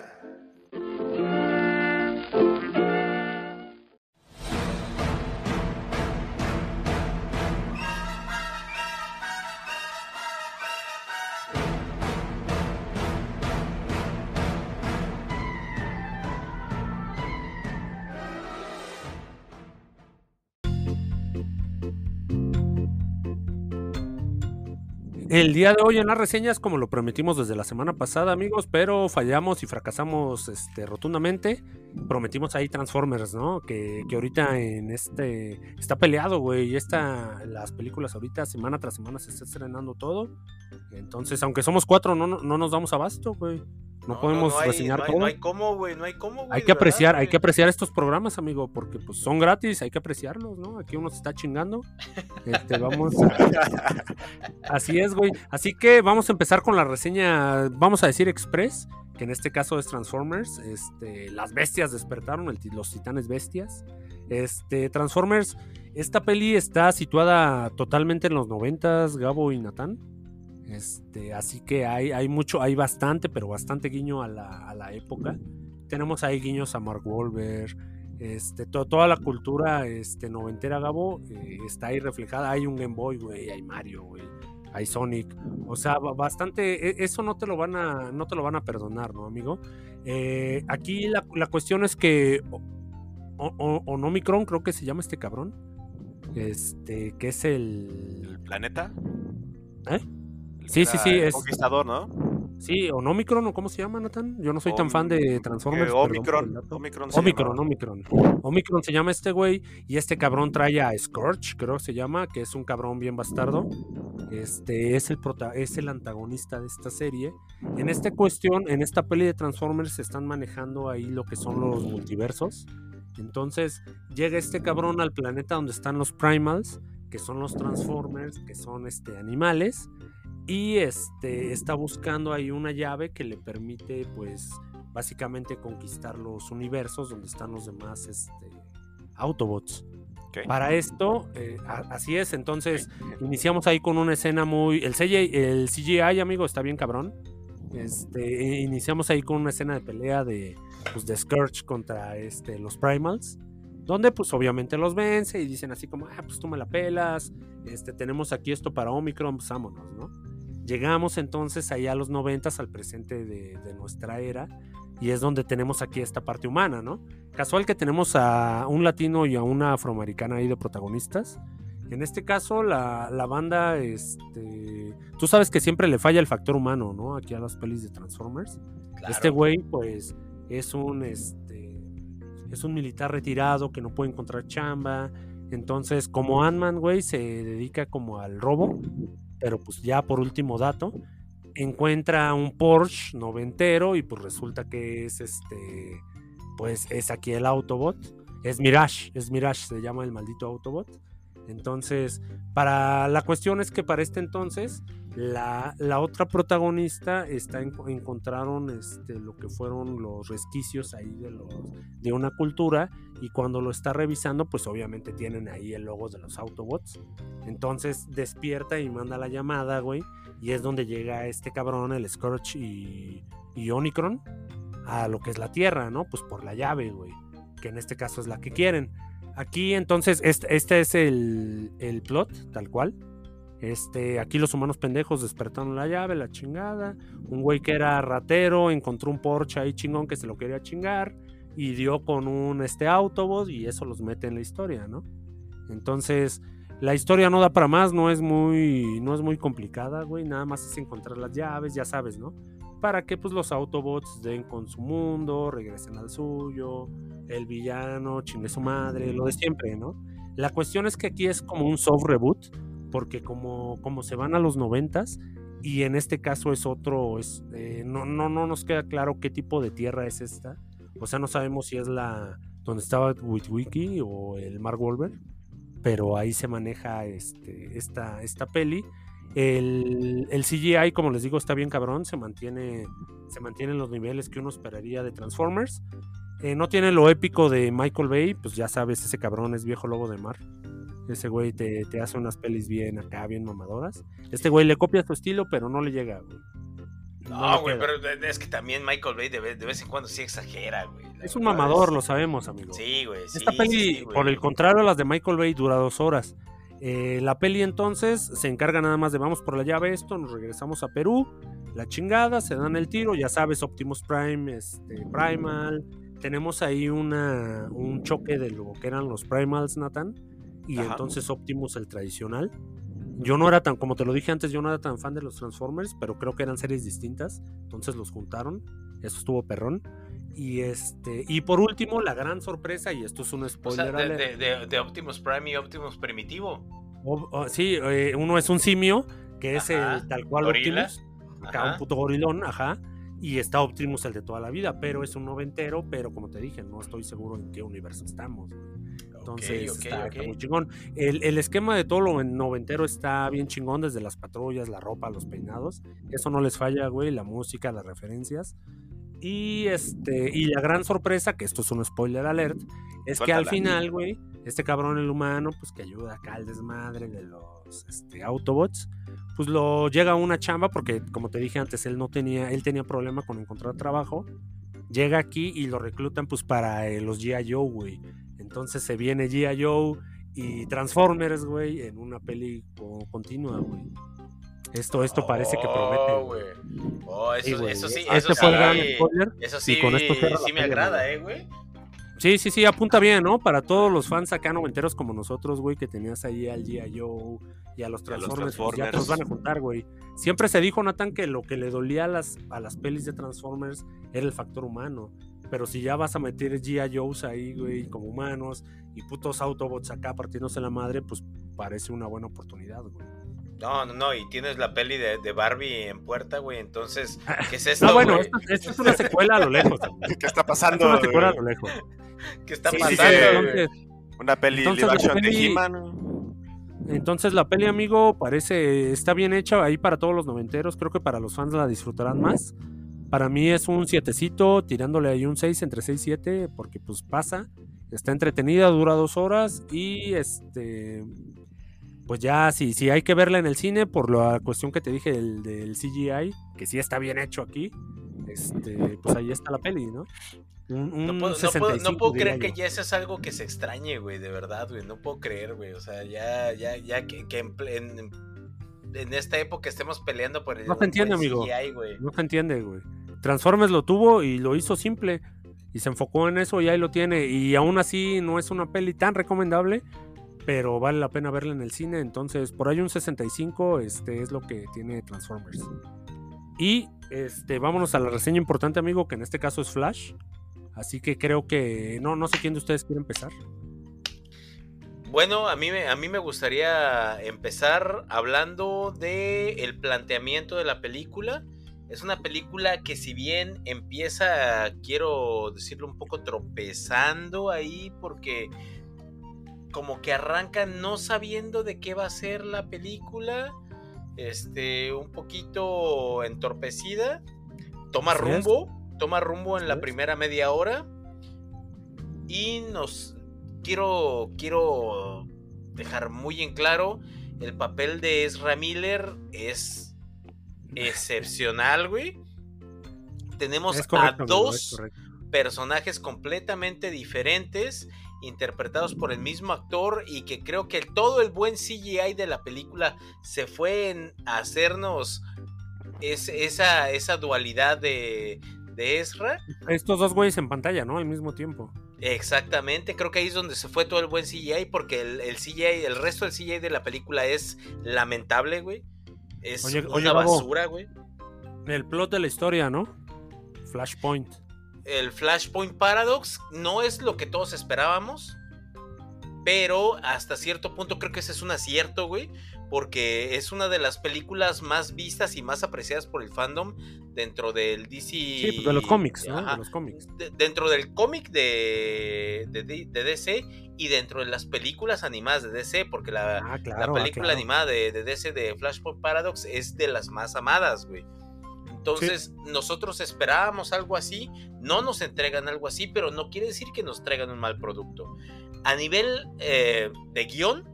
El día de hoy en las reseñas, como lo prometimos desde la semana pasada, amigos, pero fallamos y fracasamos este, rotundamente. Prometimos ahí Transformers, ¿no? Que, que ahorita en este está peleado, güey. Y esta, las películas ahorita semana tras semana se está estrenando todo. Entonces, aunque somos cuatro, no, no, no nos damos abasto, güey. No, No, podemos no, no hay, reseñar no hay, todo. no hay cómo, güey, no hay cómo, güey. Hay de que apreciar, verdad, hay güey. que apreciar estos programas, amigo, porque pues son gratis, hay que apreciarlos, ¿no? Aquí uno se está chingando. Este, vamos a... Así es, güey. Así que vamos a empezar con la reseña, vamos a decir Express, que en este caso es Transformers. Este, las bestias despertaron, el, los titanes bestias. Este, Transformers, esta peli está situada totalmente en los noventas, Gabo y Natán. Este, así que hay, hay mucho, hay bastante, pero bastante guiño a la, a la época. Tenemos ahí guiños a Mark Wahlberg. Este, to, toda la cultura este, noventera, Gabo, eh, está ahí reflejada. Hay un Game Boy, güey, hay Mario, güey, hay Sonic. O sea, bastante. Eso no te lo van a, no te lo van a perdonar, ¿no, amigo? Eh, aquí la, la cuestión es que o, o, Onomicron, creo que se llama este cabrón. Este, que es el. ¿El planeta? ¿Eh? El Sí, sí, sí, el es conquistador, ¿no? Sí, o Omicron, o cómo se llama, Nathan. Yo no soy tan fan de Transformers. Eh, Omicron, Omicron, se Omicron, llamaba. Omicron. Omicron se llama este güey. Y este cabrón trae a Scourge, creo que se llama, que es un cabrón bien bastardo. Este es el prota es el antagonista de esta serie. En esta cuestión, en esta peli de Transformers, se están manejando ahí lo que son los multiversos. Entonces, llega este cabrón al planeta donde están los Primals, que son los Transformers, que son este, animales. Y este está buscando ahí una llave que le permite, pues, básicamente conquistar los universos donde están los demás este, Autobots. Okay. Para esto, eh, así es. Entonces, iniciamos ahí con una escena muy. El C G I, el C G I, amigo, está bien cabrón. Este, iniciamos ahí con una escena de pelea de, pues, de Scourge contra este, los Primals. Donde pues obviamente los vence y dicen así como, ah, pues tú me la pelas, este, tenemos aquí esto para Omicron, pues vámonos, ¿no? Llegamos entonces allá a los noventas, al presente de, de nuestra era, y es donde tenemos aquí esta parte humana, ¿no? Casual que tenemos a un latino y a una afroamericana ahí de protagonistas. En este caso, la, la banda, este, tú sabes que siempre le falla el factor humano, ¿no? Aquí a las pelis de Transformers. Claro. Este güey, pues, es un, este, es un militar retirado que no puede encontrar chamba. Entonces, como Ant-Man, güey, se dedica como al robo. Pero pues ya por último dato, encuentra un Porsche noventero y pues resulta que es este, pues es aquí el Autobot. Es Mirage, es Mirage, se llama el maldito Autobot. Entonces, para la cuestión es que para este entonces, la, la otra protagonista está en, encontraron este, lo que fueron los resquicios ahí de, los, de una cultura, y cuando lo está revisando, pues obviamente tienen ahí el logo de los Autobots. Entonces despierta y manda la llamada, güey, y es donde llega este cabrón, el Scourge y, y Unicron, a lo que es la Tierra, ¿no? Pues por la llave, güey, que en este caso es la que quieren. Aquí entonces, este, este es el, el plot, tal cual. Este, aquí los humanos pendejos despertaron la llave, la chingada. Un güey que era ratero encontró un Porsche ahí chingón que se lo quería chingar y dio con un este, Autobot, y eso los mete en la historia, ¿no? Entonces, la historia no da para más, no es muy, no es muy complicada, güey. Nada más es encontrar las llaves, ya sabes, ¿no? Para que pues los Autobots den con su mundo, regresen al suyo, el villano chingue su madre, lo de siempre, ¿no? La cuestión es que aquí es como un soft reboot, porque como, como se van a los noventas, y en este caso es otro, es, eh, no, no, no nos queda claro qué tipo de tierra es esta, o sea, no sabemos si es la donde estaba Witwicky o el Mark Wahlberg, pero ahí se maneja este, esta, esta peli. El, el C G I, como les digo, está bien cabrón, se mantiene, se mantiene en los niveles que uno esperaría de Transformers. Eh, no tiene lo épico de Michael Bay, pues ya sabes, ese cabrón es viejo lobo de mar. Ese güey te, te hace unas pelis bien acá, bien mamadoras. Este güey le copia su estilo, pero no le llega, güey. No, güey, no, pero es que también Michael Bay de vez, de vez en cuando sí exagera, güey. Es un mamador, es... lo sabemos, amigo. Sí, güey, sí. Esta peli, sí, por el contrario a las de Michael Bay, dura dos horas. Eh, la peli entonces se encarga nada más de vamos por la llave esto, nos regresamos a Perú, la chingada, se dan el tiro, ya sabes, Optimus Prime, este, Primal, tenemos ahí una, un choque de lo que eran los Primals, Nathan, y Ajá. entonces Optimus el tradicional. Yo no era tan, como te lo dije antes, yo no era tan fan de los Transformers, pero creo que eran series distintas, entonces los juntaron, eso estuvo perrón. Y este y por último, la gran sorpresa, y esto es un spoiler. O sea, de, de, de, de Optimus Prime y Optimus Primitivo. O, o, sí, eh, uno es un simio, que es ajá, el tal cual gorila. Optimus, acá un puto gorilón, ajá. Y está Optimus, el de toda la vida, pero es un noventero, pero como te dije, no estoy seguro en qué universo estamos. Entonces, okay, okay, está, okay. está muy chingón. El, el esquema de todo lo noventero está bien chingón, desde las patrullas, la ropa, los peinados. Eso no les falla, güey, la música, las referencias. Y este y la gran sorpresa, que esto es un spoiler alert, es Suéltala. Que al final, güey, este cabrón, el humano, pues que ayuda acá al desmadre de los este, Autobots, pues lo llega a una chamba, porque como te dije antes, él no tenía, él tenía problema con encontrar trabajo. Llega aquí y lo reclutan pues para eh, los G I Joe, güey. Entonces se viene G I Joe y Transformers, güey, en una peli continua, güey. Esto, esto parece que promete. Oh, güey. Oh, eso sí, eso sí, este eso fue sí, el gran spoiler. Eso sí, y con esto sí me agrada, eh, güey. Sí, sí, sí, apunta bien, ¿no? Para todos los fans acá noventeros como nosotros, güey, que tenías ahí al G I Joe y a los Transformers, pues ya los van a juntar, güey. Siempre se dijo, Nathan, que lo que le dolía a las, a las pelis de Transformers era el factor humano. Pero si ya vas a meter G I Joes ahí, güey, como humanos, y putos Autobots acá partiéndose la madre, pues parece una buena oportunidad, güey. No, no, no, y tienes la peli de, de Barbie en puerta, güey, entonces, ¿qué es esto, no, bueno, güey? Esto, esto es una secuela a lo lejos. También. ¿Qué está pasando? Es una secuela a lo lejos. ¿Qué está sí, pasando, sí, sí, entonces, una peli live action peli, de He-Man. Entonces la peli, amigo, parece, está bien hecha ahí para todos los noventeros, creo que para los fans la disfrutarán más. Para mí es un sietecito, tirándole ahí un seis, entre seis y siete, porque pues pasa, está entretenida, dura dos horas, y este... pues ya, si sí, sí hay que verla en el cine, por la cuestión que te dije del, del C G I, que sí está bien hecho aquí, este, pues ahí está la peli, ¿no? Un, un no puedo, no puedo, no puedo creer que ya eso es algo que se extrañe, güey, de verdad, güey, no puedo creer, güey, o sea, ya, ya, ya que, que en, en, en esta época estemos peleando por el, no se entiende, el amigo. C G I, güey. No se entiende, güey. Transformers lo tuvo y lo hizo simple, y se enfocó en eso y ahí lo tiene, y aún así no es una peli tan recomendable, pero vale la pena verla en el cine. Entonces por ahí un sesenta y cinco este, es lo que tiene Transformers. Y este, vámonos a la reseña importante, amigo, que en este caso es Flash. Así que creo que no, no sé quién de ustedes quiere empezar. Bueno, a mí, me, a mí me gustaría empezar hablando de el planteamiento de la película. Es una película que, si bien empieza, quiero decirlo, un poco tropezando ahí, porque como que arranca no sabiendo de qué va a ser la película, este, un poquito entorpecida, toma Así rumbo, es. toma rumbo en Así la es. primera media hora y nos quiero quiero dejar muy en claro, el papel de Ezra Miller es excepcional, güey. Tenemos Es correcto, a amigo, dos es correcto. personajes completamente diferentes, interpretados por el mismo actor, y que creo que todo el buen C G I de la película se fue en hacernos es, esa, esa dualidad de, de Ezra. Estos dos güeyes en pantalla, ¿no? Al mismo tiempo. Exactamente, creo que ahí es donde se fue todo el buen C G I, porque el, el C G I, el resto del C G I de la película es lamentable, güey. Es Oye, una oye, Gabo, basura, güey. El plot de la historia, ¿no? Flashpoint. El Flashpoint Paradox no es lo que todos esperábamos, pero hasta cierto punto creo que ese es un acierto, güey, porque es una de las películas más vistas y más apreciadas por el fandom dentro del D C. Sí, pues de los cómics, ¿no? Ajá. De los cómics. De, dentro del cómic de, de, de D C y dentro de las películas animadas de D C, porque la, ah, claro, la película ah, claro. animada de, de D C de Flashpoint Paradox es de las más amadas, güey. Entonces, sí. nosotros esperábamos algo así, no nos entregan algo así, pero no quiere decir que nos traigan un mal producto. A nivel eh, de guión,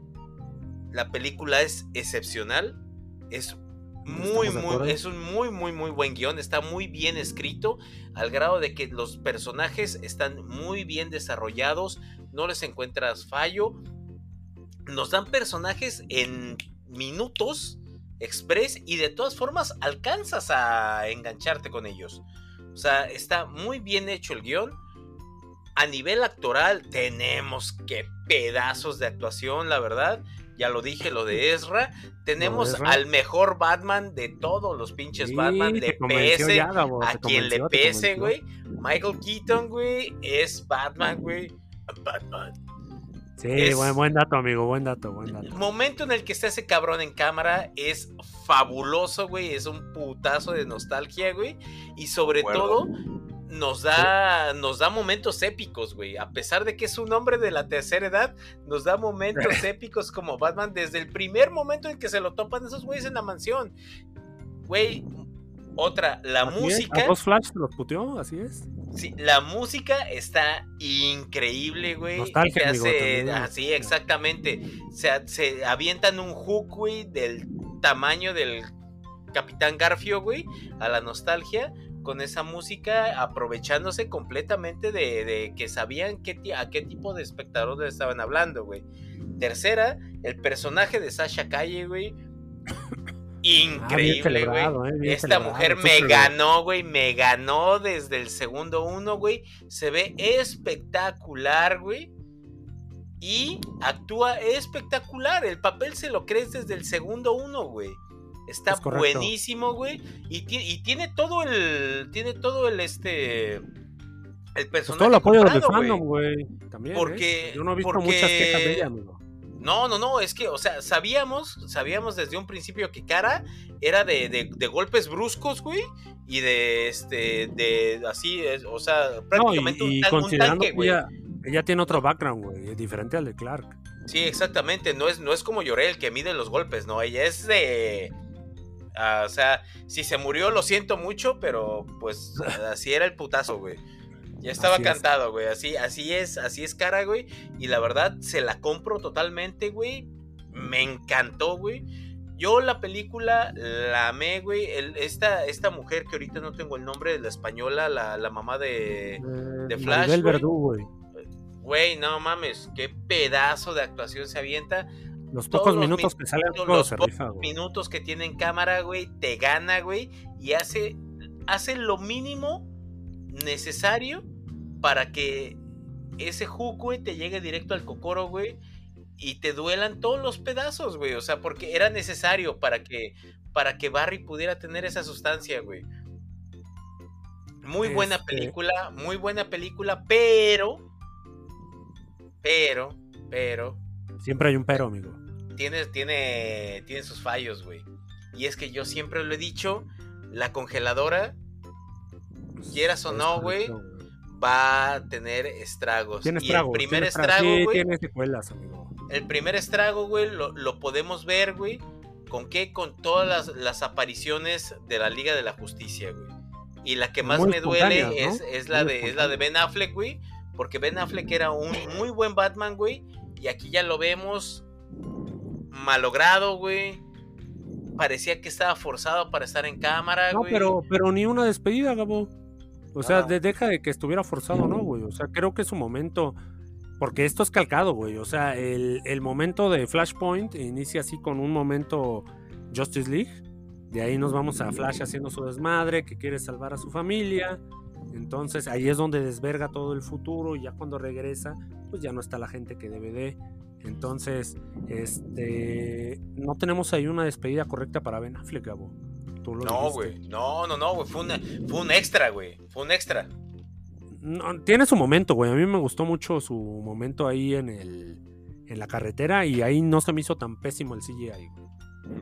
la película es excepcional, es muy, muy, es un muy, muy, muy buen guión, está muy bien escrito, al grado de que los personajes están muy bien desarrollados, no les encuentras fallo, nos dan personajes en minutos express y de todas formas alcanzas a engancharte con ellos. O sea, está muy bien hecho el guión. A nivel actoral tenemos que pedazos de actuación, la verdad. Ya lo dije, lo de Ezra. Tenemos no, Ezra. al mejor Batman de todos los pinches sí, Batman. Le pese ya, Gabo, a quien le pese, güey. Michael Keaton, güey, es Batman, güey. Batman. Sí, es, buen, buen dato, amigo, buen dato, buen dato. El momento en el que está ese cabrón en cámara es fabuloso, güey, es un putazo de nostalgia, güey, y sobre bueno. todo nos da, sí. nos da momentos épicos, güey, a pesar de que es un hombre de la tercera edad, nos da momentos épicos como Batman desde el primer momento en que se lo topan esos güeyes en la mansión, güey. Otra, la así música. Es, a dos Flash se los puteó, así es. Sí, la música está increíble, güey. Nostalgia, amigo, hace, así, exactamente. Se, se avientan un hook, güey, del tamaño del Capitán Garfio, güey, a la nostalgia, con esa música, aprovechándose completamente de, de que sabían qué, a qué tipo de espectadores estaban hablando, güey. Tercera, el personaje de Sasha Calle, güey. Increíble, güey. Ah, eh, esta celebrado, mujer me super ganó, güey. Me ganó desde el segundo uno, güey. Se ve espectacular, güey. Y actúa espectacular. El papel se lo crees desde el segundo uno, güey. Está buenísimo, güey. Y, y tiene todo el. Tiene todo el este. El personaje. Pues todo el apoyo del fandom, güey. También. Porque. ¿eh? Yo no he visto porque... muchas quejas de ella, amigo. No, no, no, es que, o sea, sabíamos, sabíamos desde un principio que Kara era de, de, de golpes bruscos, güey, y de, este, de, así, o sea, prácticamente no, y, y un, tan, un tanque, güey. Ella, ella tiene otro background, güey, es diferente al de Clark. Sí, exactamente, no es, no es como Llorel que mide los golpes, no, ella es de... Uh, o sea, si se murió lo siento mucho, pero pues así era el putazo, güey. Ya estaba así cantado, güey, así, así es, así es Kara, güey, y la verdad se la compro totalmente, güey, me encantó, güey. Yo la película la amé, güey, el, esta, esta mujer que ahorita no tengo el nombre de la española, la, la mamá de, eh, de Flash, güey. Verdú, güey. Güey, no mames, qué pedazo de actuación se avienta. Los pocos los minutos que salen los se rifa, güey. Minutos que tiene en cámara, güey, te gana, güey, y hace, hace lo mínimo necesario para que ese hook, güey, te llegue directo al cocoro, güey, y te duelan todos los pedazos, güey, o sea, porque era necesario para que, para que Barry pudiera tener esa sustancia, güey. Muy este... buena película, muy buena película, pero, pero, pero... Siempre hay un pero, amigo. Tiene, tiene, tiene sus fallos, güey. Y es que yo siempre lo he dicho, la congeladora, quieras o no, güey, va a tener estragos. Tiene y estragos, el primer tiene estrago, güey. Sí, tiene secuelas, amigo. el primer estrago, güey, lo, lo podemos ver, güey. ¿Con qué? Con todas las, las apariciones de la Liga de la Justicia, güey. Y la que más Muy me duele, ¿no? es, es, la de, es la de Ben Affleck, güey. Porque Ben Affleck era un muy buen Batman, güey. Y aquí ya lo vemos malogrado, güey. Parecía que estaba forzado para estar en cámara, güey. No, pero, pero ni una despedida, Gabo. O sea, No. de, deja de que estuviera forzado, ¿no, güey? O sea, creo que su momento... Porque esto es calcado, güey. O sea, el, el momento de Flashpoint inicia así con un momento Justice League. De ahí nos vamos a Flash haciendo su desmadre, que quiere salvar a su familia. Entonces ahí es donde desverga todo el futuro. Y ya cuando regresa, pues ya no está la gente que debe de. Entonces, este... no tenemos ahí una despedida correcta para Ben Affleck, Gabo. Tú lo No, dijiste. güey. No, no, no, güey. Fue, una, fue un extra, güey. Fue un extra. No, tiene su momento, güey. A mí me gustó mucho su momento ahí en el en la carretera y ahí no se me hizo tan pésimo el C G I, güey.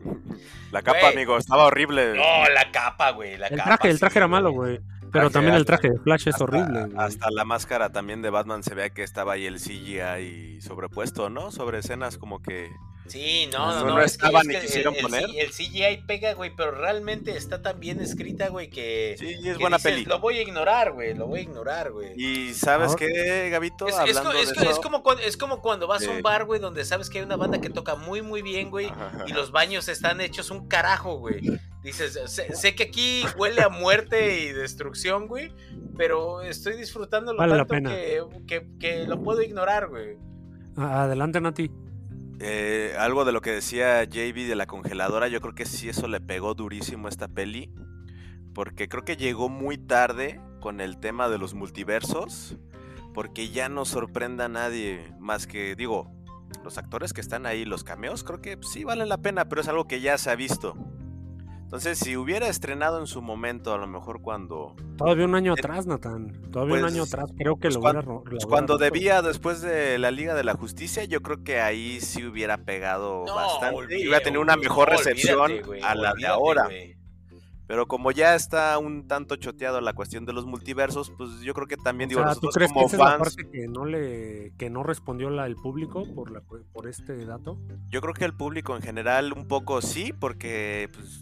La capa, Güey. amigo, estaba horrible. No, la capa, güey. La El capa, traje, el traje sí, era malo, güey. Pero Traje, también el hasta- traje de Flash es hasta- horrible, güey. Hasta la máscara también de Batman se vea que estaba ahí el C G I sobrepuesto, ¿no? Sobre escenas como que... Sí, no, No, no, no no. Es que, estaba es ni que quisieron el, el, poner. C- el C G I pega, güey, pero realmente está tan bien escrita, güey, que. Sí, y es que buena dices, peli. Lo voy a ignorar, güey. Lo voy a ignorar, güey. Y ¿sabes Ahora- qué, Gabito? Es, es, Hablando co- es, de co- eso... es como cuando, es como cuando vas a Sí. un bar, güey, donde sabes que hay una banda que toca muy, muy bien, güey, Ajá. y los baños están hechos un carajo, güey. Dices, sé, sé que aquí huele a muerte y destrucción, güey, pero estoy disfrutándolo Vale la tanto pena. que, que, que lo puedo ignorar, güey. Adelante, Nati. Eh, algo de lo que decía J B de la congeladora, yo creo que sí eso le pegó durísimo a esta peli, porque creo que llegó muy tarde con el tema de los multiversos, porque ya no sorprenda a nadie, más que, digo, los actores que están ahí, los cameos, creo que sí valen la pena, pero es algo que ya se ha visto. Entonces, si hubiera estrenado en su momento, a lo mejor cuando... Todavía un año Eh, atrás, Natán. Todavía un pues, año atrás. Creo que pues, lo cuan- hubiera... ro- lo Pues hubiera cuando roto. debía después de la Liga de la Justicia, yo creo que ahí sí hubiera pegado No, bastante olvide- y hubiera tenido una mejor no, recepción olvídate, güey, a la de olvídate, ahora. güey. Pero como ya está un tanto choteado la cuestión de los multiversos, pues yo creo que también, O digo, sea, ¿tú nosotros crees que como esa es la fans, parte que no le que no respondió la, el público por la por este dato? yo creo que el público en general un poco sí, porque pues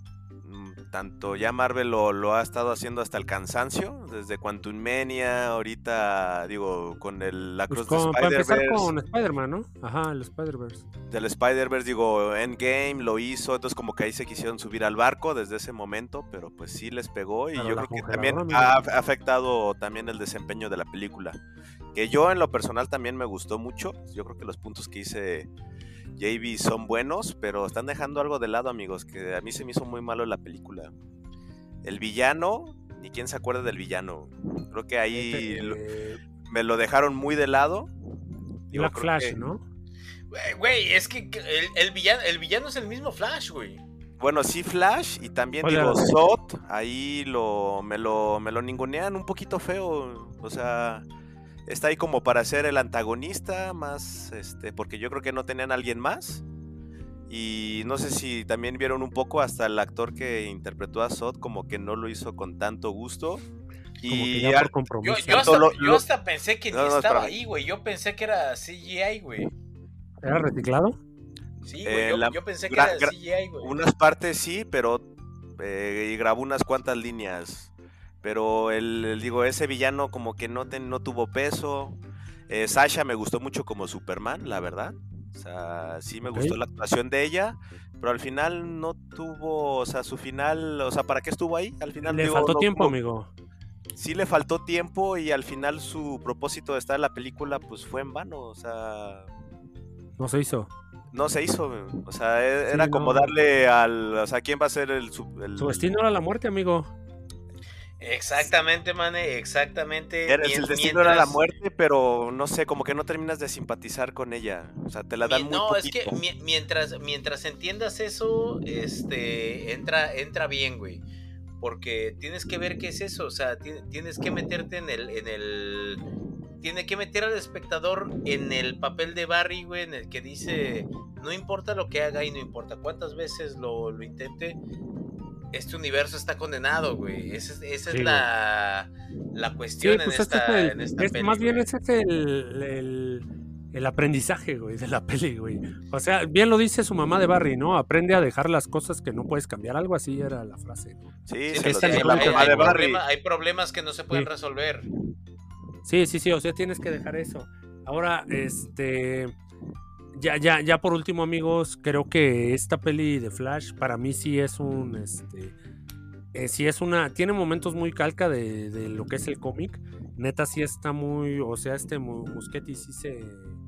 mm, tanto ya Marvel lo, lo ha estado haciendo hasta el cansancio, desde Quantum Mania, ahorita digo, con el, la Pues cruz con- de para empezar Spider-Verse, con Spider-Man, ¿no? Ajá, el Spider-Verse. del Spider-Verse, digo, Endgame lo hizo, entonces como que ahí se quisieron subir al barco desde ese momento, pero pues sí les pegó y Pero yo la creo que también congeladora, ha amigo. ha afectado también el desempeño de la película, que yo en lo personal también me gustó mucho, yo creo que los puntos que hice J B son buenos, pero están dejando algo de lado, amigos, que a mí se me hizo muy malo la película. El villano, ni quién se acuerda del villano, creo que ahí lo- Este, me lo dejaron muy de lado. Digo, Black creo Flash, que- ¿no? Güey, Güey, es que que el, el, villano, el villano es el mismo Flash, güey. Bueno, sí, Flash, y también Oye, digo, ahora- Zod, ahí lo, me lo, me lo ningunean un poquito feo, o sea, está ahí como para ser el antagonista, más, este, porque yo creo que no tenían a alguien más, y no sé si también vieron un poco hasta el actor que interpretó a Zod, como que no lo hizo con tanto gusto, Como y que ya al- por compromiso. Yo, yo, Tanto hasta, lo- yo lo- hasta pensé que No, ni no, estaba espérame. ahí, güey. Yo pensé que era C G I, güey. ¿Era reciclado? Sí, güey. Eh, yo, la- yo pensé que gra- era gra- C G I, güey. unas partes sí, pero eh, y grabó unas cuantas líneas. Pero el, el- digo, ese villano como que no, ten- no tuvo peso. Eh, Sasha me gustó mucho como Superman, la verdad. O sea, sí me Ok. gustó la actuación de ella, pero al final no tuvo, o sea, su final, o sea, ¿para qué estuvo ahí? Al final Le digo, faltó no- tiempo, no- amigo. Sí le faltó tiempo y al final su propósito de estar en la película pues fue en vano, o sea, No se hizo. no se hizo, o sea, e- Sí, era como no. darle al, o sea, ¿quién va a ser el... su- el- Su destino era la muerte, amigo. Exactamente, mane, exactamente. Era- Mien- el destino era la mientras- muerte, pero no sé, como que no terminas de simpatizar con ella. O sea, te la dan Mi- muy no, poquito. es que mi- mientras, mientras entiendas eso, este, entra, entra bien, güey. Porque tienes que ver qué es eso, o sea, ti- tienes que meterte en el, en el, tiene que meter al espectador en el papel de Barry, güey, en el que dice, no importa lo que haga y no importa cuántas veces lo, lo intente, este universo está condenado, güey. Esa es, esa Sí, es la, la Sí, cuestión pues en este esta, es el- en esta es- peli, más bien güey. ese es el, el, el aprendizaje, güey, de la peli, güey. O sea, bien lo dice su mamá de Barry, ¿no? Aprende a dejar las cosas que no puedes cambiar. Algo así era la frase, ¿no? Sí, Sí, se es lo que dice hay, la hay- mamá hay de Barry. problema- hay problemas que no se pueden Sí. resolver. Sí, sí, sí, o sea, tienes que dejar eso. Ahora, este... Ya, ya, ya por último, amigos, creo que esta peli de Flash para mí sí es un, este... eh, sí es una... Tiene momentos muy calca de, de lo que es el cómic. Neta sí está muy... O sea, este Mu- Muschietti sí se...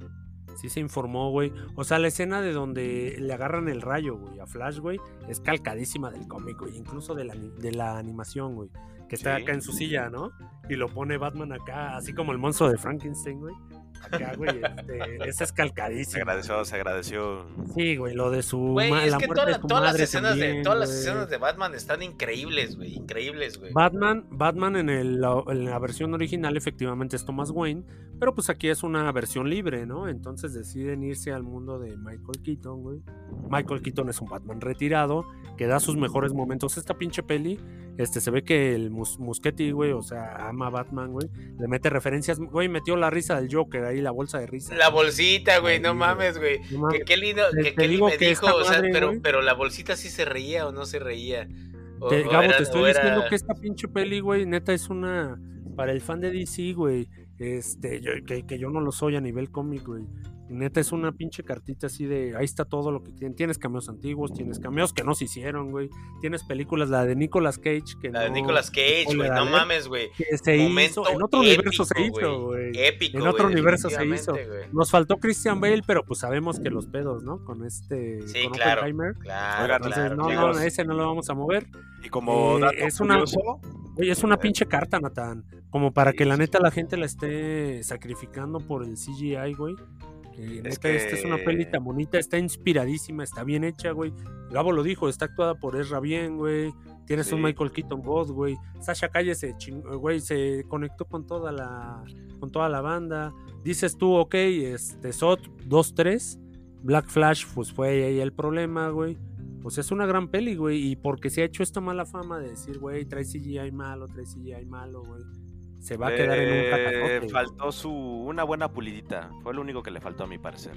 Sí se informó, güey. O sea, la escena de donde le agarran el rayo, güey, a Flash, güey, es calcadísima del cómic, güey. Incluso de la, ani- de la animación, güey. Que está Sí. acá en su silla, ¿no? Y lo pone Batman acá, así como el monstruo de Frankenstein, güey. Acá, güey, este, esa es Se calcadísima. agradeció, se agradeció. Sí, güey, lo de su... Güey, ma- es la que muerte toda de la- su todas las madre escenas de también, todas las güey. escenas de Batman están increíbles, güey, increíbles, güey. Batman, Batman en, el, la, en la versión original efectivamente es Thomas Wayne, pero pues aquí es una versión libre, ¿no? Entonces deciden irse al mundo de Michael Keaton, güey. Michael Keaton es un Batman retirado, que da sus mejores momentos. Esta pinche peli, este, se ve que el Mus Muschietti, güey, o sea, ama a Batman, güey. Le mete referencias, güey, metió la risa del Joker ahí, la bolsa de risa. La bolsita, güey, Ahí, no güey. mames, güey. No mames. Que qué lindo, Te- que te Kelly digo me que dijo, esta o sea, madre, pero, güey. pero la bolsita sí se reía o no se reía. O, Te- o Gabo, era- te o estoy era- diciendo que esta pinche peli, güey, neta es una... Para el fan de D C, güey, este, yo- que, que yo no lo soy a nivel cómic, güey. Neta es una pinche cartita así de... Ahí está todo lo que tienen. Tienes cameos antiguos, tienes cameos que no se hicieron, güey. Tienes películas, la de Nicolas Cage, que La de no- Nicolas Cage, güey, spoiler no alert, mames, güey. que se Momento hizo, en otro universo se épico, hizo, güey. Épico, En otro güey, universo se hizo. definitivamente, güey. Nos faltó Christian Bale, pero pues sabemos que los pedos, ¿no? Con este... Sí, con claro, Oppenheimer. claro, Oigan, Entonces, claro, no, claro. no, ese no lo vamos a mover. Y como Eh, dato es una- curioso, Oye, es una pinche carta, Natán. Como para Sí, que la sí. neta la gente la esté sacrificando por el C G I, güey. Eh, Es neta, que- esta es una peli tan bonita, está inspiradísima, está bien hecha, güey. Gabo lo dijo, está actuada por Ezra bien, güey. Tienes Sí. un Michael Keaton God, güey. Sasha Calle se ching- güey, se conectó con toda la con toda la banda. Dices tú, ok, este S O T dos tres, Black Flash, pues fue ahí el problema, güey. Pues es una gran peli, güey, y porque se ha hecho esta mala fama de decir, güey, trae C G I malo, trae C G I malo, güey. Se va a quedar en un le cacazote, güey. faltó su una buena pulidita. Fue lo único que le faltó a mi parecer.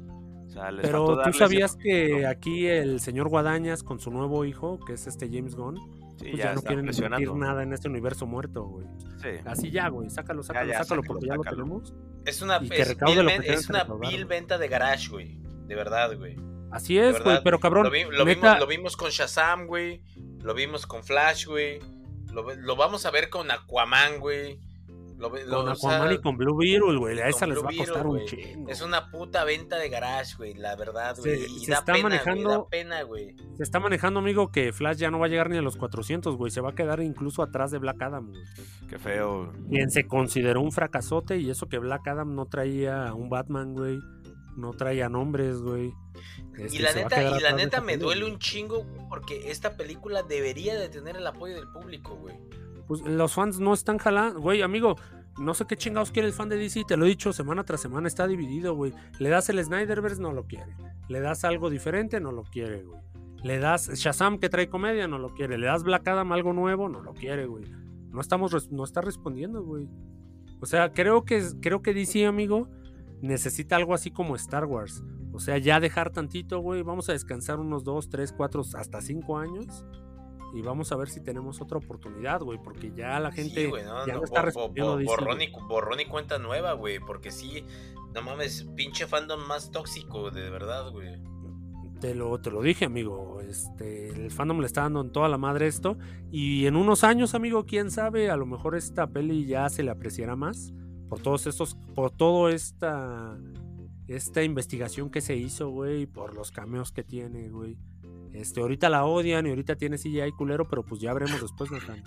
O sea, les faltó Pero tú darle ese sabías que toquecito. aquí el señor Guadañas con su nuevo hijo, que es este James Gunn, Sí, pues ya, ya, no está quieren invertir presionando. nada en este universo muerto, güey. Sí. Así ya, güey, sácalo, sácalo, ya, sácalo, sácalo, porque ya sácalo. lo tenemos. Es una, Y que es recaude vil, lo que ven- tengan es que una recaudar, vil güey. venta de garage, güey. De verdad, güey. Así De es, güey, verdad. pero cabrón, Lo, vi- lo neta, vimos, lo vimos con Shazam, güey. Lo vimos con Flash, güey. Lo, ve- lo vamos a ver con Aquaman, güey. Lo, ve- lo- con o Aquaman sea, y con Blue Beetle, güey, a con esa les Blue va a Beetle, costar un güey. chingo. Es una puta venta de garage, güey, la verdad, Se- güey. Y se da está pena, manejando- güey, da pena, güey. Se está manejando, amigo, que Flash ya no va a llegar ni a los cuatrocientos, güey, se va a quedar incluso atrás de Black Adam, güey. Qué feo. Quien se consideró un fracasote, y eso que Black Adam no traía a un Batman, güey, no traía nombres, güey. Este, Y la se va a neta, quedar y la atrás de neta esa me peli, duele güey. un chingo güey, porque esta película debería de tener el apoyo del público, güey. Pues los fans no están jalando, güey, amigo. No sé qué chingados quiere el fan de D C, te lo he dicho semana tras semana, está dividido, güey. Le das el Snyderverse, no lo quiere. Le das algo diferente, no lo quiere, güey. Le das Shazam que trae comedia, no lo quiere. Le das Black Adam algo nuevo, no lo quiere, güey. No estamos, res- no está respondiendo, güey. O sea, creo que, creo que D C, amigo, necesita algo así como Star Wars. O sea, ya dejar tantito, güey. Vamos a descansar unos dos, tres, cuatro, hasta cinco años. Y vamos a ver si tenemos otra oportunidad, güey. Porque ya la gente Sí, güey, no, ya no, no está bo- bo- respondiendo. bo- D C, borrón, güey. y, borrón y cuenta nueva, güey. Porque sí, no mames, pinche fandom más tóxico, de verdad, güey. Te lo, te lo dije, amigo. Este, el fandom le está dando en toda la madre esto. Y en unos años, amigo, quién sabe, a lo mejor esta peli ya se le apreciará más. Por todos estos, por todo esta, esta investigación que se hizo, güey. Por los cameos que tiene, güey. Este, ahorita la odian y ahorita tiene C G I culero, pero pues ya veremos después, Nathan.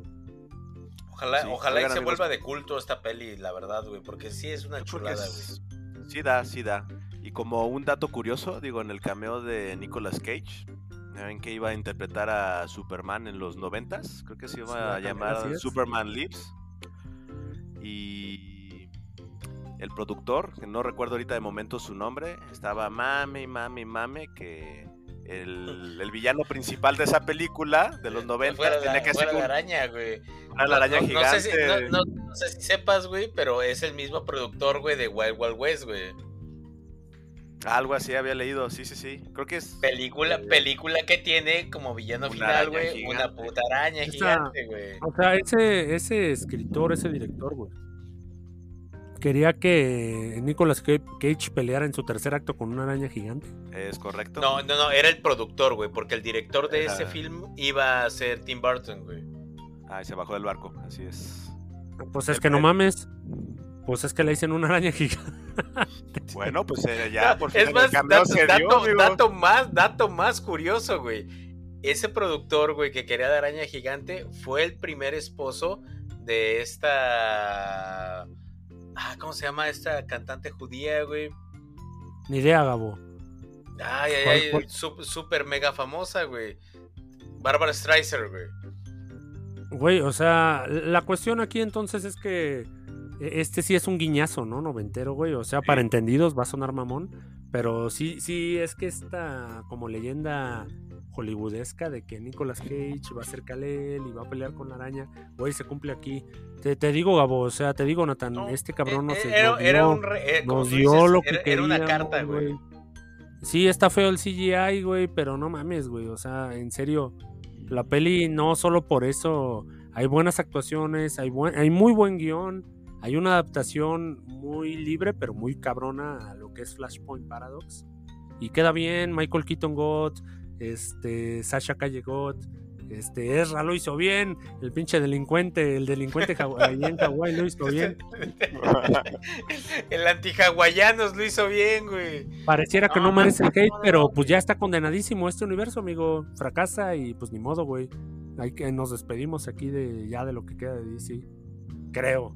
Ojalá, Sí, ojalá oigan, y se amigos. vuelva de culto esta peli, la verdad, güey. Porque sí es una Porque chulada, es- güey. sí da, sí da. Y como un dato curioso, digo, en el cameo de Nicolas Cage, ¿ya ven que iba a interpretar a Superman en los noventas? Creo que se Sí, iba a así llamar es. Superman Lives. Y el productor, que no recuerdo ahorita de momento su nombre, estaba mame, mame, mame, que el, el villano principal de esa película de los noventas Fuera tenía la, que ser fuera la un- araña, güey. una araña no, no sé gigante. si, no, no- no sé si sepas, güey, pero es el mismo productor, güey, de Wild Wild West, güey. Algo así había leído, sí, sí, sí. Creo que es... Película, eh, película que tiene como villano una final, araña güey, gigante. una puta araña Esa- gigante, güey. O sea, ese, ese escritor, ese director, güey, quería que Nicolas Ca- Cage peleara en su tercer acto con una araña gigante. Es correcto. No, no, no, era el productor, güey, porque el director de Era- ese film iba a ser Tim Burton, güey. Ah, y se bajó del barco, así es. Pues es El- que no el- mames. Pues es que le dicen una araña gigante. Bueno, pues eh, ya, No, por fin es el más, cameo dato, se dio, dato- amigo. dato más, dato más curioso, güey. Ese productor, güey, que quería de araña gigante, fue el primer esposo de esta... Ah, ¿cómo se llama esta cantante judía, güey? Ni idea, Gabo. Ay, ay, ¿Cuál, ay, cuál? su- súper mega famosa, güey. Barbara Streisand, güey. Güey, o sea, la cuestión aquí entonces es que este sí es un guiñazo, ¿no? Noventero, güey. O sea, para Sí. entendidos va a sonar mamón. Pero sí, sí, es que esta como leyenda hollywoodesca de que Nicolas Cage va a ser Kal-El y va a pelear con la araña, güey, se cumple aquí. Te, te digo, Gabo, o sea, te digo, Nathan, No, este cabrón nos, eh, era, nos era dio, un re- eh, como nos tú dio dices, lo que era, era una queríamos, carta, güey. Sí, está feo el C G I, güey, pero no mames, güey. O sea, en serio, la peli no solo por eso. Hay buenas actuaciones, hay, buen, hay muy buen guión, hay una adaptación muy libre, pero muy cabrona a lo que es Flashpoint Paradox. Y queda bien, Michael Keaton Gott, este, Sasha Calle Gott, este, Ezra lo hizo bien, el pinche delincuente, el delincuente hawa- ahí en Hawái lo hizo bien. El anti-hawaianos lo hizo bien, güey. Pareciera que No, no merece el hate, no, no, pero no. pues ya está condenadísimo este universo, amigo. Fracasa y pues ni modo, güey. Hay que nos despedimos aquí de ya de lo que queda de D C. Creo.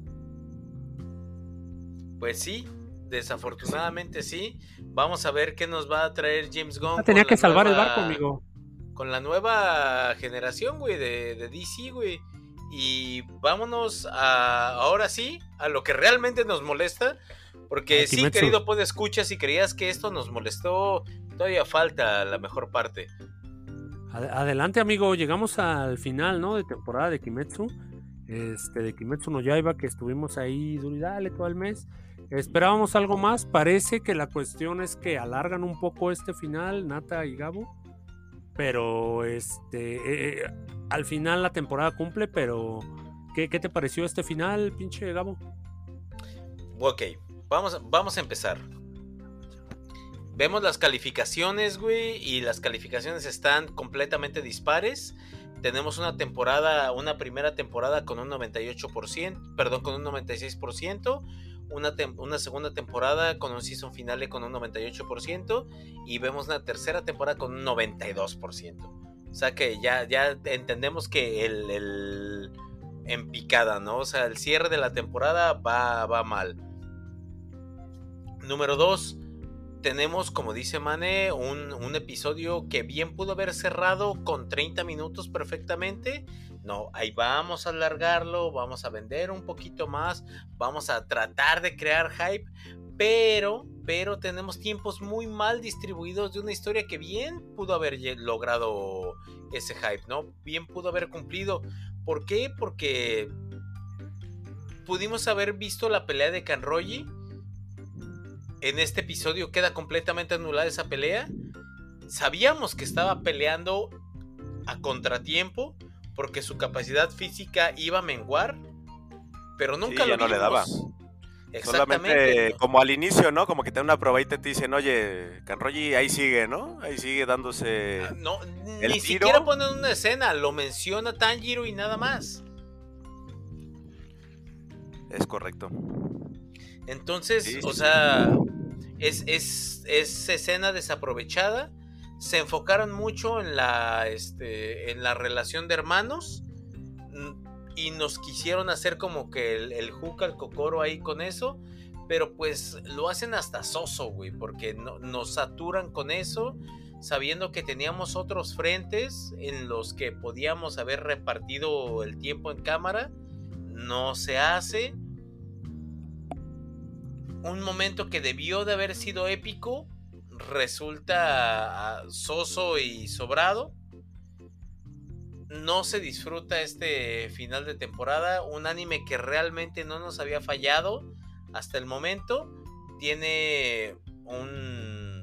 Pues sí, desafortunadamente sí. Vamos a ver qué nos va a traer James Gunn. Ah, tenía con que la salvar el nueva- barco, amigo. Con la nueva generación, güey, de, de D C, güey. Y vámonos a, ahora sí, a lo que realmente nos molesta. Porque A sí, Kimetsu. querido podescuchas, si creías que esto nos molestó, todavía falta la mejor parte. Ad- Adelante, amigo. Llegamos al final, ¿no? De temporada de Kimetsu. Este, de Kimetsu no Yaiba, que estuvimos ahí duro y dale todo el mes. Esperábamos algo más. Parece que la cuestión es que alargan un poco este final, Nata y Gabo. Pero este eh, al final la temporada cumple, pero ¿qué, qué te pareció este final, pinche Gabo? Ok, vamos, vamos a empezar. Vemos las calificaciones, güey, y las calificaciones están completamente dispares. Tenemos una temporada, una primera temporada con un noventa y ocho por ciento, perdón, con un noventa y seis por ciento. Una, tem- una segunda temporada con un season finale con un noventa y ocho por ciento. Y vemos una tercera temporada con un noventa y dos por ciento. O sea que ya, ya entendemos que el, el en picada, ¿no? O sea, el cierre de la temporada va, va mal. Número dos, tenemos, como dice Mane, un, un episodio que bien pudo haber cerrado con treinta minutos perfectamente. No, ahí vamos a alargarlo, vamos a vender un poquito más, vamos a tratar de crear hype, pero, pero tenemos tiempos muy mal distribuidos de una historia que bien pudo haber logrado ese hype, ¿no? Bien pudo haber cumplido. ¿Por qué? Porque pudimos haber visto la pelea de Kanroji. En este episodio queda completamente anulada esa pelea. Sabíamos que estaba peleando a contratiempo porque su capacidad física iba a menguar, pero nunca Sí, lo ya no le vimos. daba. Exactamente. Solamente como al inicio, ¿no? Como que te dan una probadita y te dicen, oye, Kanroji ahí sigue, ¿no? Ahí sigue dándose... Ah, no, el ni tiro. siquiera ponen una escena, lo menciona Tanjiro y nada más. Es correcto. Entonces, Sí, o sí, sea, es, es, es escena desaprovechada. Se enfocaron mucho en la, este, en la relación de hermanos mm, y nos quisieron hacer como que el, el hook al Kokoro ahí con eso, pero pues lo hacen hasta soso, güey, porque no, nos saturan con eso, sabiendo que teníamos otros frentes en los que podíamos haber repartido el tiempo en cámara. No se hace. Un momento que debió de haber sido épico resulta soso y sobrado. No se disfruta este final de temporada. Un anime que realmente no nos había fallado hasta el momento. Tiene un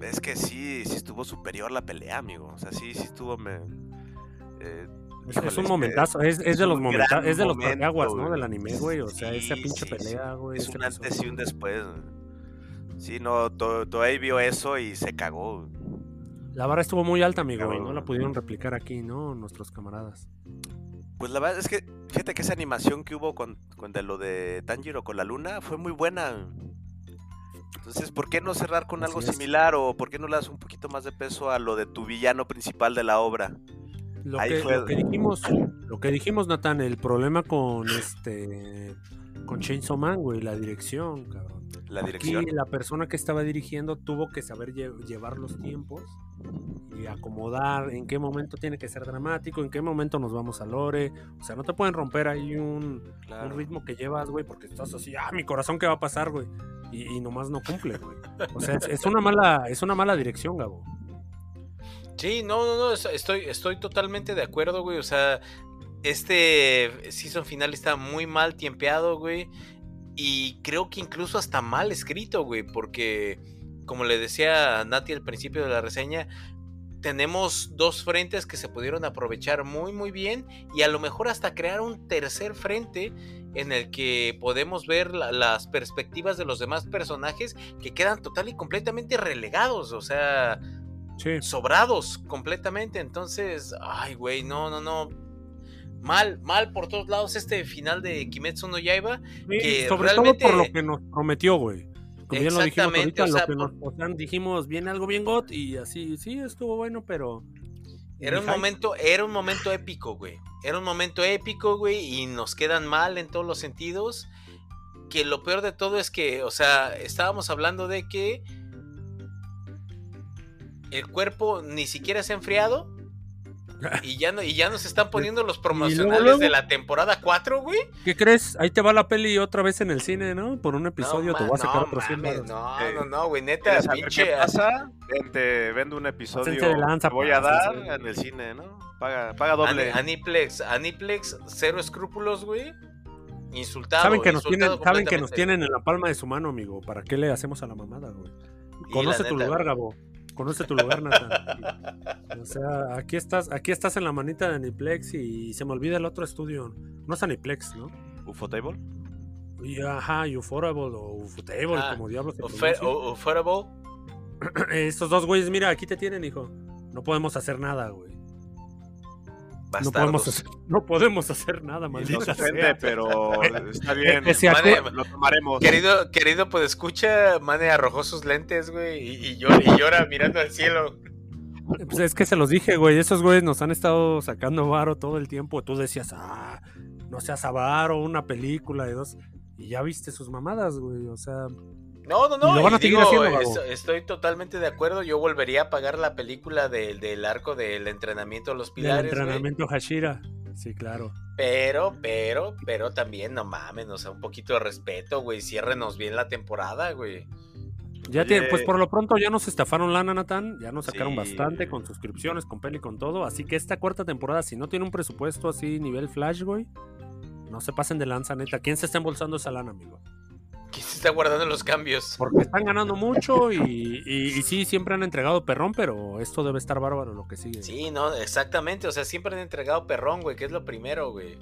es que sí, sí estuvo superior la pelea, amigo. O sea, sí, sí estuvo... Me, eh, Es, híjole, es un es que momentazo, es, es es de los un momentos, gran es de los momento, parteaguas, ¿no? güey. Del anime, güey. O sea, esa Sí, pinche sí, sí. pelea, güey. Es ese un antes y episodio. un después. Sí, no, To- Toei vio eso y se cagó. La vara estuvo muy alta, amigo, Cagó. y no la pudieron replicar aquí, ¿no? Nuestros camaradas. Pues la verdad es que, fíjate que esa animación que hubo con, con de lo de Tanjiro con la luna fue muy buena. Entonces, ¿por qué no cerrar con Así algo es. similar? ¿O por qué no le das un poquito más de peso a lo de tu villano principal de la obra? Lo Ahí que, fue- lo que dijimos, lo que dijimos, Nathan, el problema con este con Chainsaw Man, güey, la dirección, cabrón. La Aquí dirección. la persona que estaba dirigiendo tuvo que saber lle- llevar los tiempos y acomodar en qué momento tiene que ser dramático, en qué momento nos vamos a lore. O sea, no te pueden romper ahí un, Claro. un ritmo que llevas, güey, porque estás así, ah, mi corazón, ¿qué va a pasar, güey? Y, y nomás no cumple, güey. O sea, es, es una mala, es una mala dirección, Gabo. Sí, no, no, no, es- estoy, estoy totalmente de acuerdo, güey. O sea, este season final está muy mal tiempeado, güey. Y creo que incluso hasta mal escrito, güey. Porque, como le decía a Nati al principio de la reseña, tenemos dos frentes que se pudieron aprovechar muy, muy bien. Y a lo mejor hasta crear un tercer frente en el que podemos ver la- las perspectivas de los demás personajes que quedan total y completamente relegados. O sea, Sí. sobrados completamente. Entonces, ay, güey, no, no, no. Mal, mal por todos lados este final de Kimetsu no Yaiba. Sí, que sobre realmente- todo por lo que nos prometió, güey. Como bien lo dijimos Exactamente, ahorita, o sea, lo que por- nos, o sea, dijimos, viene algo bien got y así, sí, estuvo bueno, pero... Era un Ni hype. momento, era un momento épico, güey. Era un momento épico, güey, y nos quedan mal en todos los sentidos. Que lo peor de todo es que, o sea, estábamos hablando de que el cuerpo ni siquiera se ha enfriado. Y ya, no, y ya nos están poniendo los promocionales luego? de la temporada cuatro, güey. ¿Qué crees? Ahí te va la peli otra vez en el cine, ¿no? Por un episodio no, te voy a sacar no, otros cien mames, varos. no, Eh, no, no, güey, neta, ¿Quieres saber pinche. qué pasa? Ven, te vendo un episodio Pásense de lanza, que voy a dar pásense. en el cine, ¿no? Paga, paga doble. Ani- Aniplex, Aniplex, cero escrúpulos, güey. Insultado. Saben que nos insultado tienen, saben que nos completamente. tienen en la palma de su mano, amigo. ¿Para qué le hacemos a la mamada, güey? Y Conoce la tu neta, lugar, güey. Gabo. Conoce tu lugar, Nathan. O sea, aquí estás, aquí estás en la manita de Aniplex y se me olvida el otro estudio. No es Aniplex, ¿no? Ufotable. Y, ajá, Ufotable o Ufotable, Ah, como diablos se Ufe- pronuncia. u- Ufotable. Estos dos güeyes, mira, aquí te tienen, hijo. No podemos hacer nada, güey. No Bastardos. podemos, hacer, no podemos hacer nada, Nos maldita ofende, sea. pero está bien. Pese a Mane- que- Lo tomaremos. Querido, querido, pues escucha, Mane arrojó sus lentes, güey, y, y llora, y llora mirando al cielo. Pues es que se los dije, güey. Esos güeyes nos han estado sacando varo todo el tiempo. Tú decías, ah, no seas avaro, una película de dos. Y ya viste sus mamadas, güey. O sea, No, no, no. Y lo van a y seguir digo, haciendo, Gabo. est- estoy totalmente de acuerdo. Yo volvería a pagar la película del, del arco del entrenamiento de los del pilares, güey. entrenamiento Hashira. Sí, claro. Pero, pero, pero también, no mames, o sea, un poquito de respeto, güey. Ciérrenos bien la temporada, güey. Ya Oye. tiene, pues por lo pronto ya nos estafaron lana, Nathan. Ya nos sacaron Sí. bastante con suscripciones, con peli, con todo. Así que esta cuarta temporada, si no tiene un presupuesto así nivel Flash, güey, no se pasen de lanza, neta. ¿Quién se está embolsando esa lana, amigo? ¿Quién se está guardando los cambios? Porque están ganando mucho y, y, y sí, siempre han entregado perrón, pero esto debe estar bárbaro lo que sigue. Sí, no, exactamente. O sea, siempre han entregado perrón, güey, que es lo primero, güey.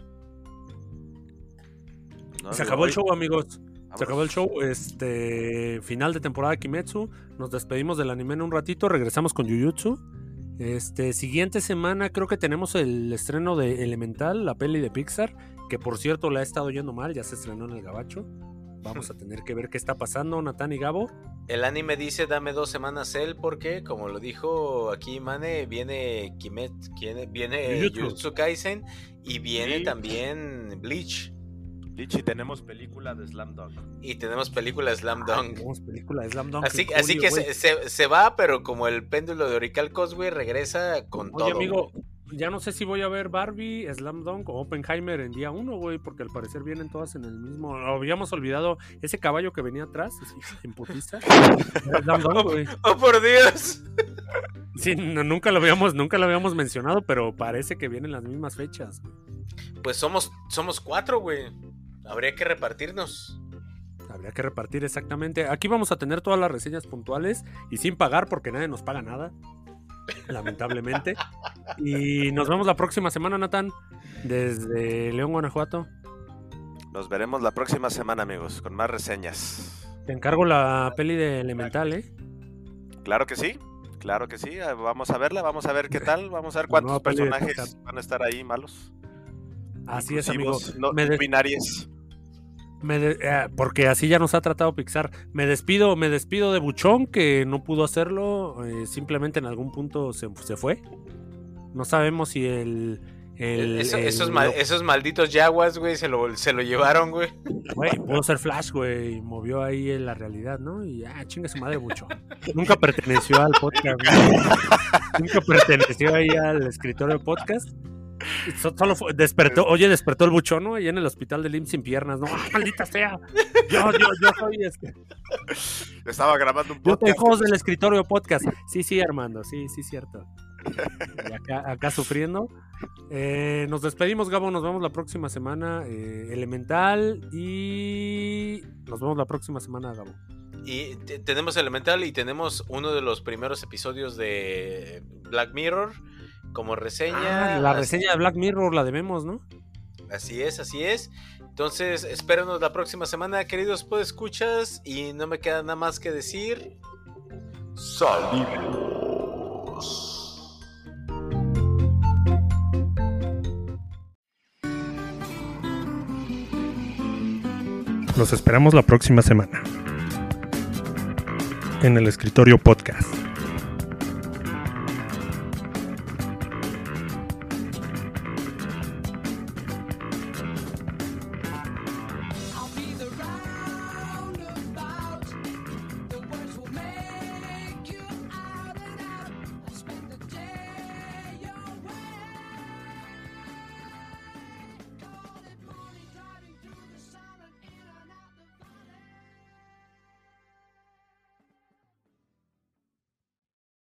No, Se no, acabó el hoy- show, amigos. Se vámonos. acabó el show. Este final de temporada de Kimetsu. Nos despedimos del anime en un ratito. Regresamos con Jujutsu. Este siguiente semana creo que tenemos el estreno de Elemental, la peli de Pixar, que por cierto la ha estado yendo mal, ya se estrenó en el Gabacho. Vamos a tener que ver qué está pasando, Natán y Gabo. El anime dice dame dos semanas él porque, como lo dijo aquí Mane, viene Kimet, viene, viene Jujutsu. Jujutsu Kaisen y viene Sí. también Bleach. Lichi, tenemos película de Slam Dunk. Y tenemos película Slam Dunk. Tenemos película de Slam Dunk. Así, en así julio, que güey. se, se, se va, pero como el péndulo de Oricalcos, güey, regresa con todo. Oye, amigo, güey. ya no sé si voy a ver Barbie, Slam Dunk o Oppenheimer en día uno, güey, porque al parecer vienen todas en el mismo. Habíamos olvidado ese caballo que venía atrás, así, en putiza. Slam Dunk, güey. ¡Oh, por Dios! Sí, no, nunca lo habíamos, nunca lo habíamos mencionado, pero parece que vienen las mismas fechas, güey. Pues somos, somos cuatro, güey. Habría que repartirnos. Está Habría que repartir exactamente. Aquí vamos a tener todas las reseñas puntuales y sin pagar porque nadie nos paga nada, lamentablemente. Y nos vemos la próxima semana, Natán, desde León, Guanajuato. Nos veremos la próxima semana, amigos, con más reseñas. Te encargo la peli de Elemental, ¿eh? Claro que sí, claro que sí. Vamos a verla, vamos a ver qué tal, vamos a ver cuántos personajes van a estar ahí malos. Así es, amigo. No, me des... binarias. Me de... eh, porque así ya nos ha tratado Pixar. Me despido, me despido de Buchón, que no pudo hacerlo. Eh, simplemente en algún punto se, se fue. No sabemos si el... el, Eso, el esos, mal, esos malditos Yaguas, güey, se lo, se lo llevaron, güey. Güey, pudo ser Flash, güey. Movió ahí en la realidad, ¿no? Y ah, chingue su madre, Buchón. Nunca perteneció al podcast, güey. Nunca perteneció ahí al escritorio de podcast. Solo fue, despertó, oye, despertó el Buchón, ¿no? Ahí en el hospital de I M S S sin piernas, ¿no? ¡Ah, maldita sea! Yo, yo, yo soy este. Estaba grabando un podcast. Yo soy host del escritorio podcast. Sí, sí, Armando, sí, sí, cierto. Y acá, acá sufriendo. Eh, nos despedimos, Gabo. Nos vemos la próxima semana. Eh, Elemental. Y nos vemos la próxima semana, Gabo. Y t- tenemos Elemental y tenemos uno de los primeros episodios de Black Mirror como reseña. Ah, la reseña de Black Mirror la debemos, ¿no? Así es, así es. Entonces, espérenos la próxima semana, queridos podescuchas. Y no me queda nada más que decir. ¡Salimos! Los esperamos la próxima semana en el Escritorio Podcast.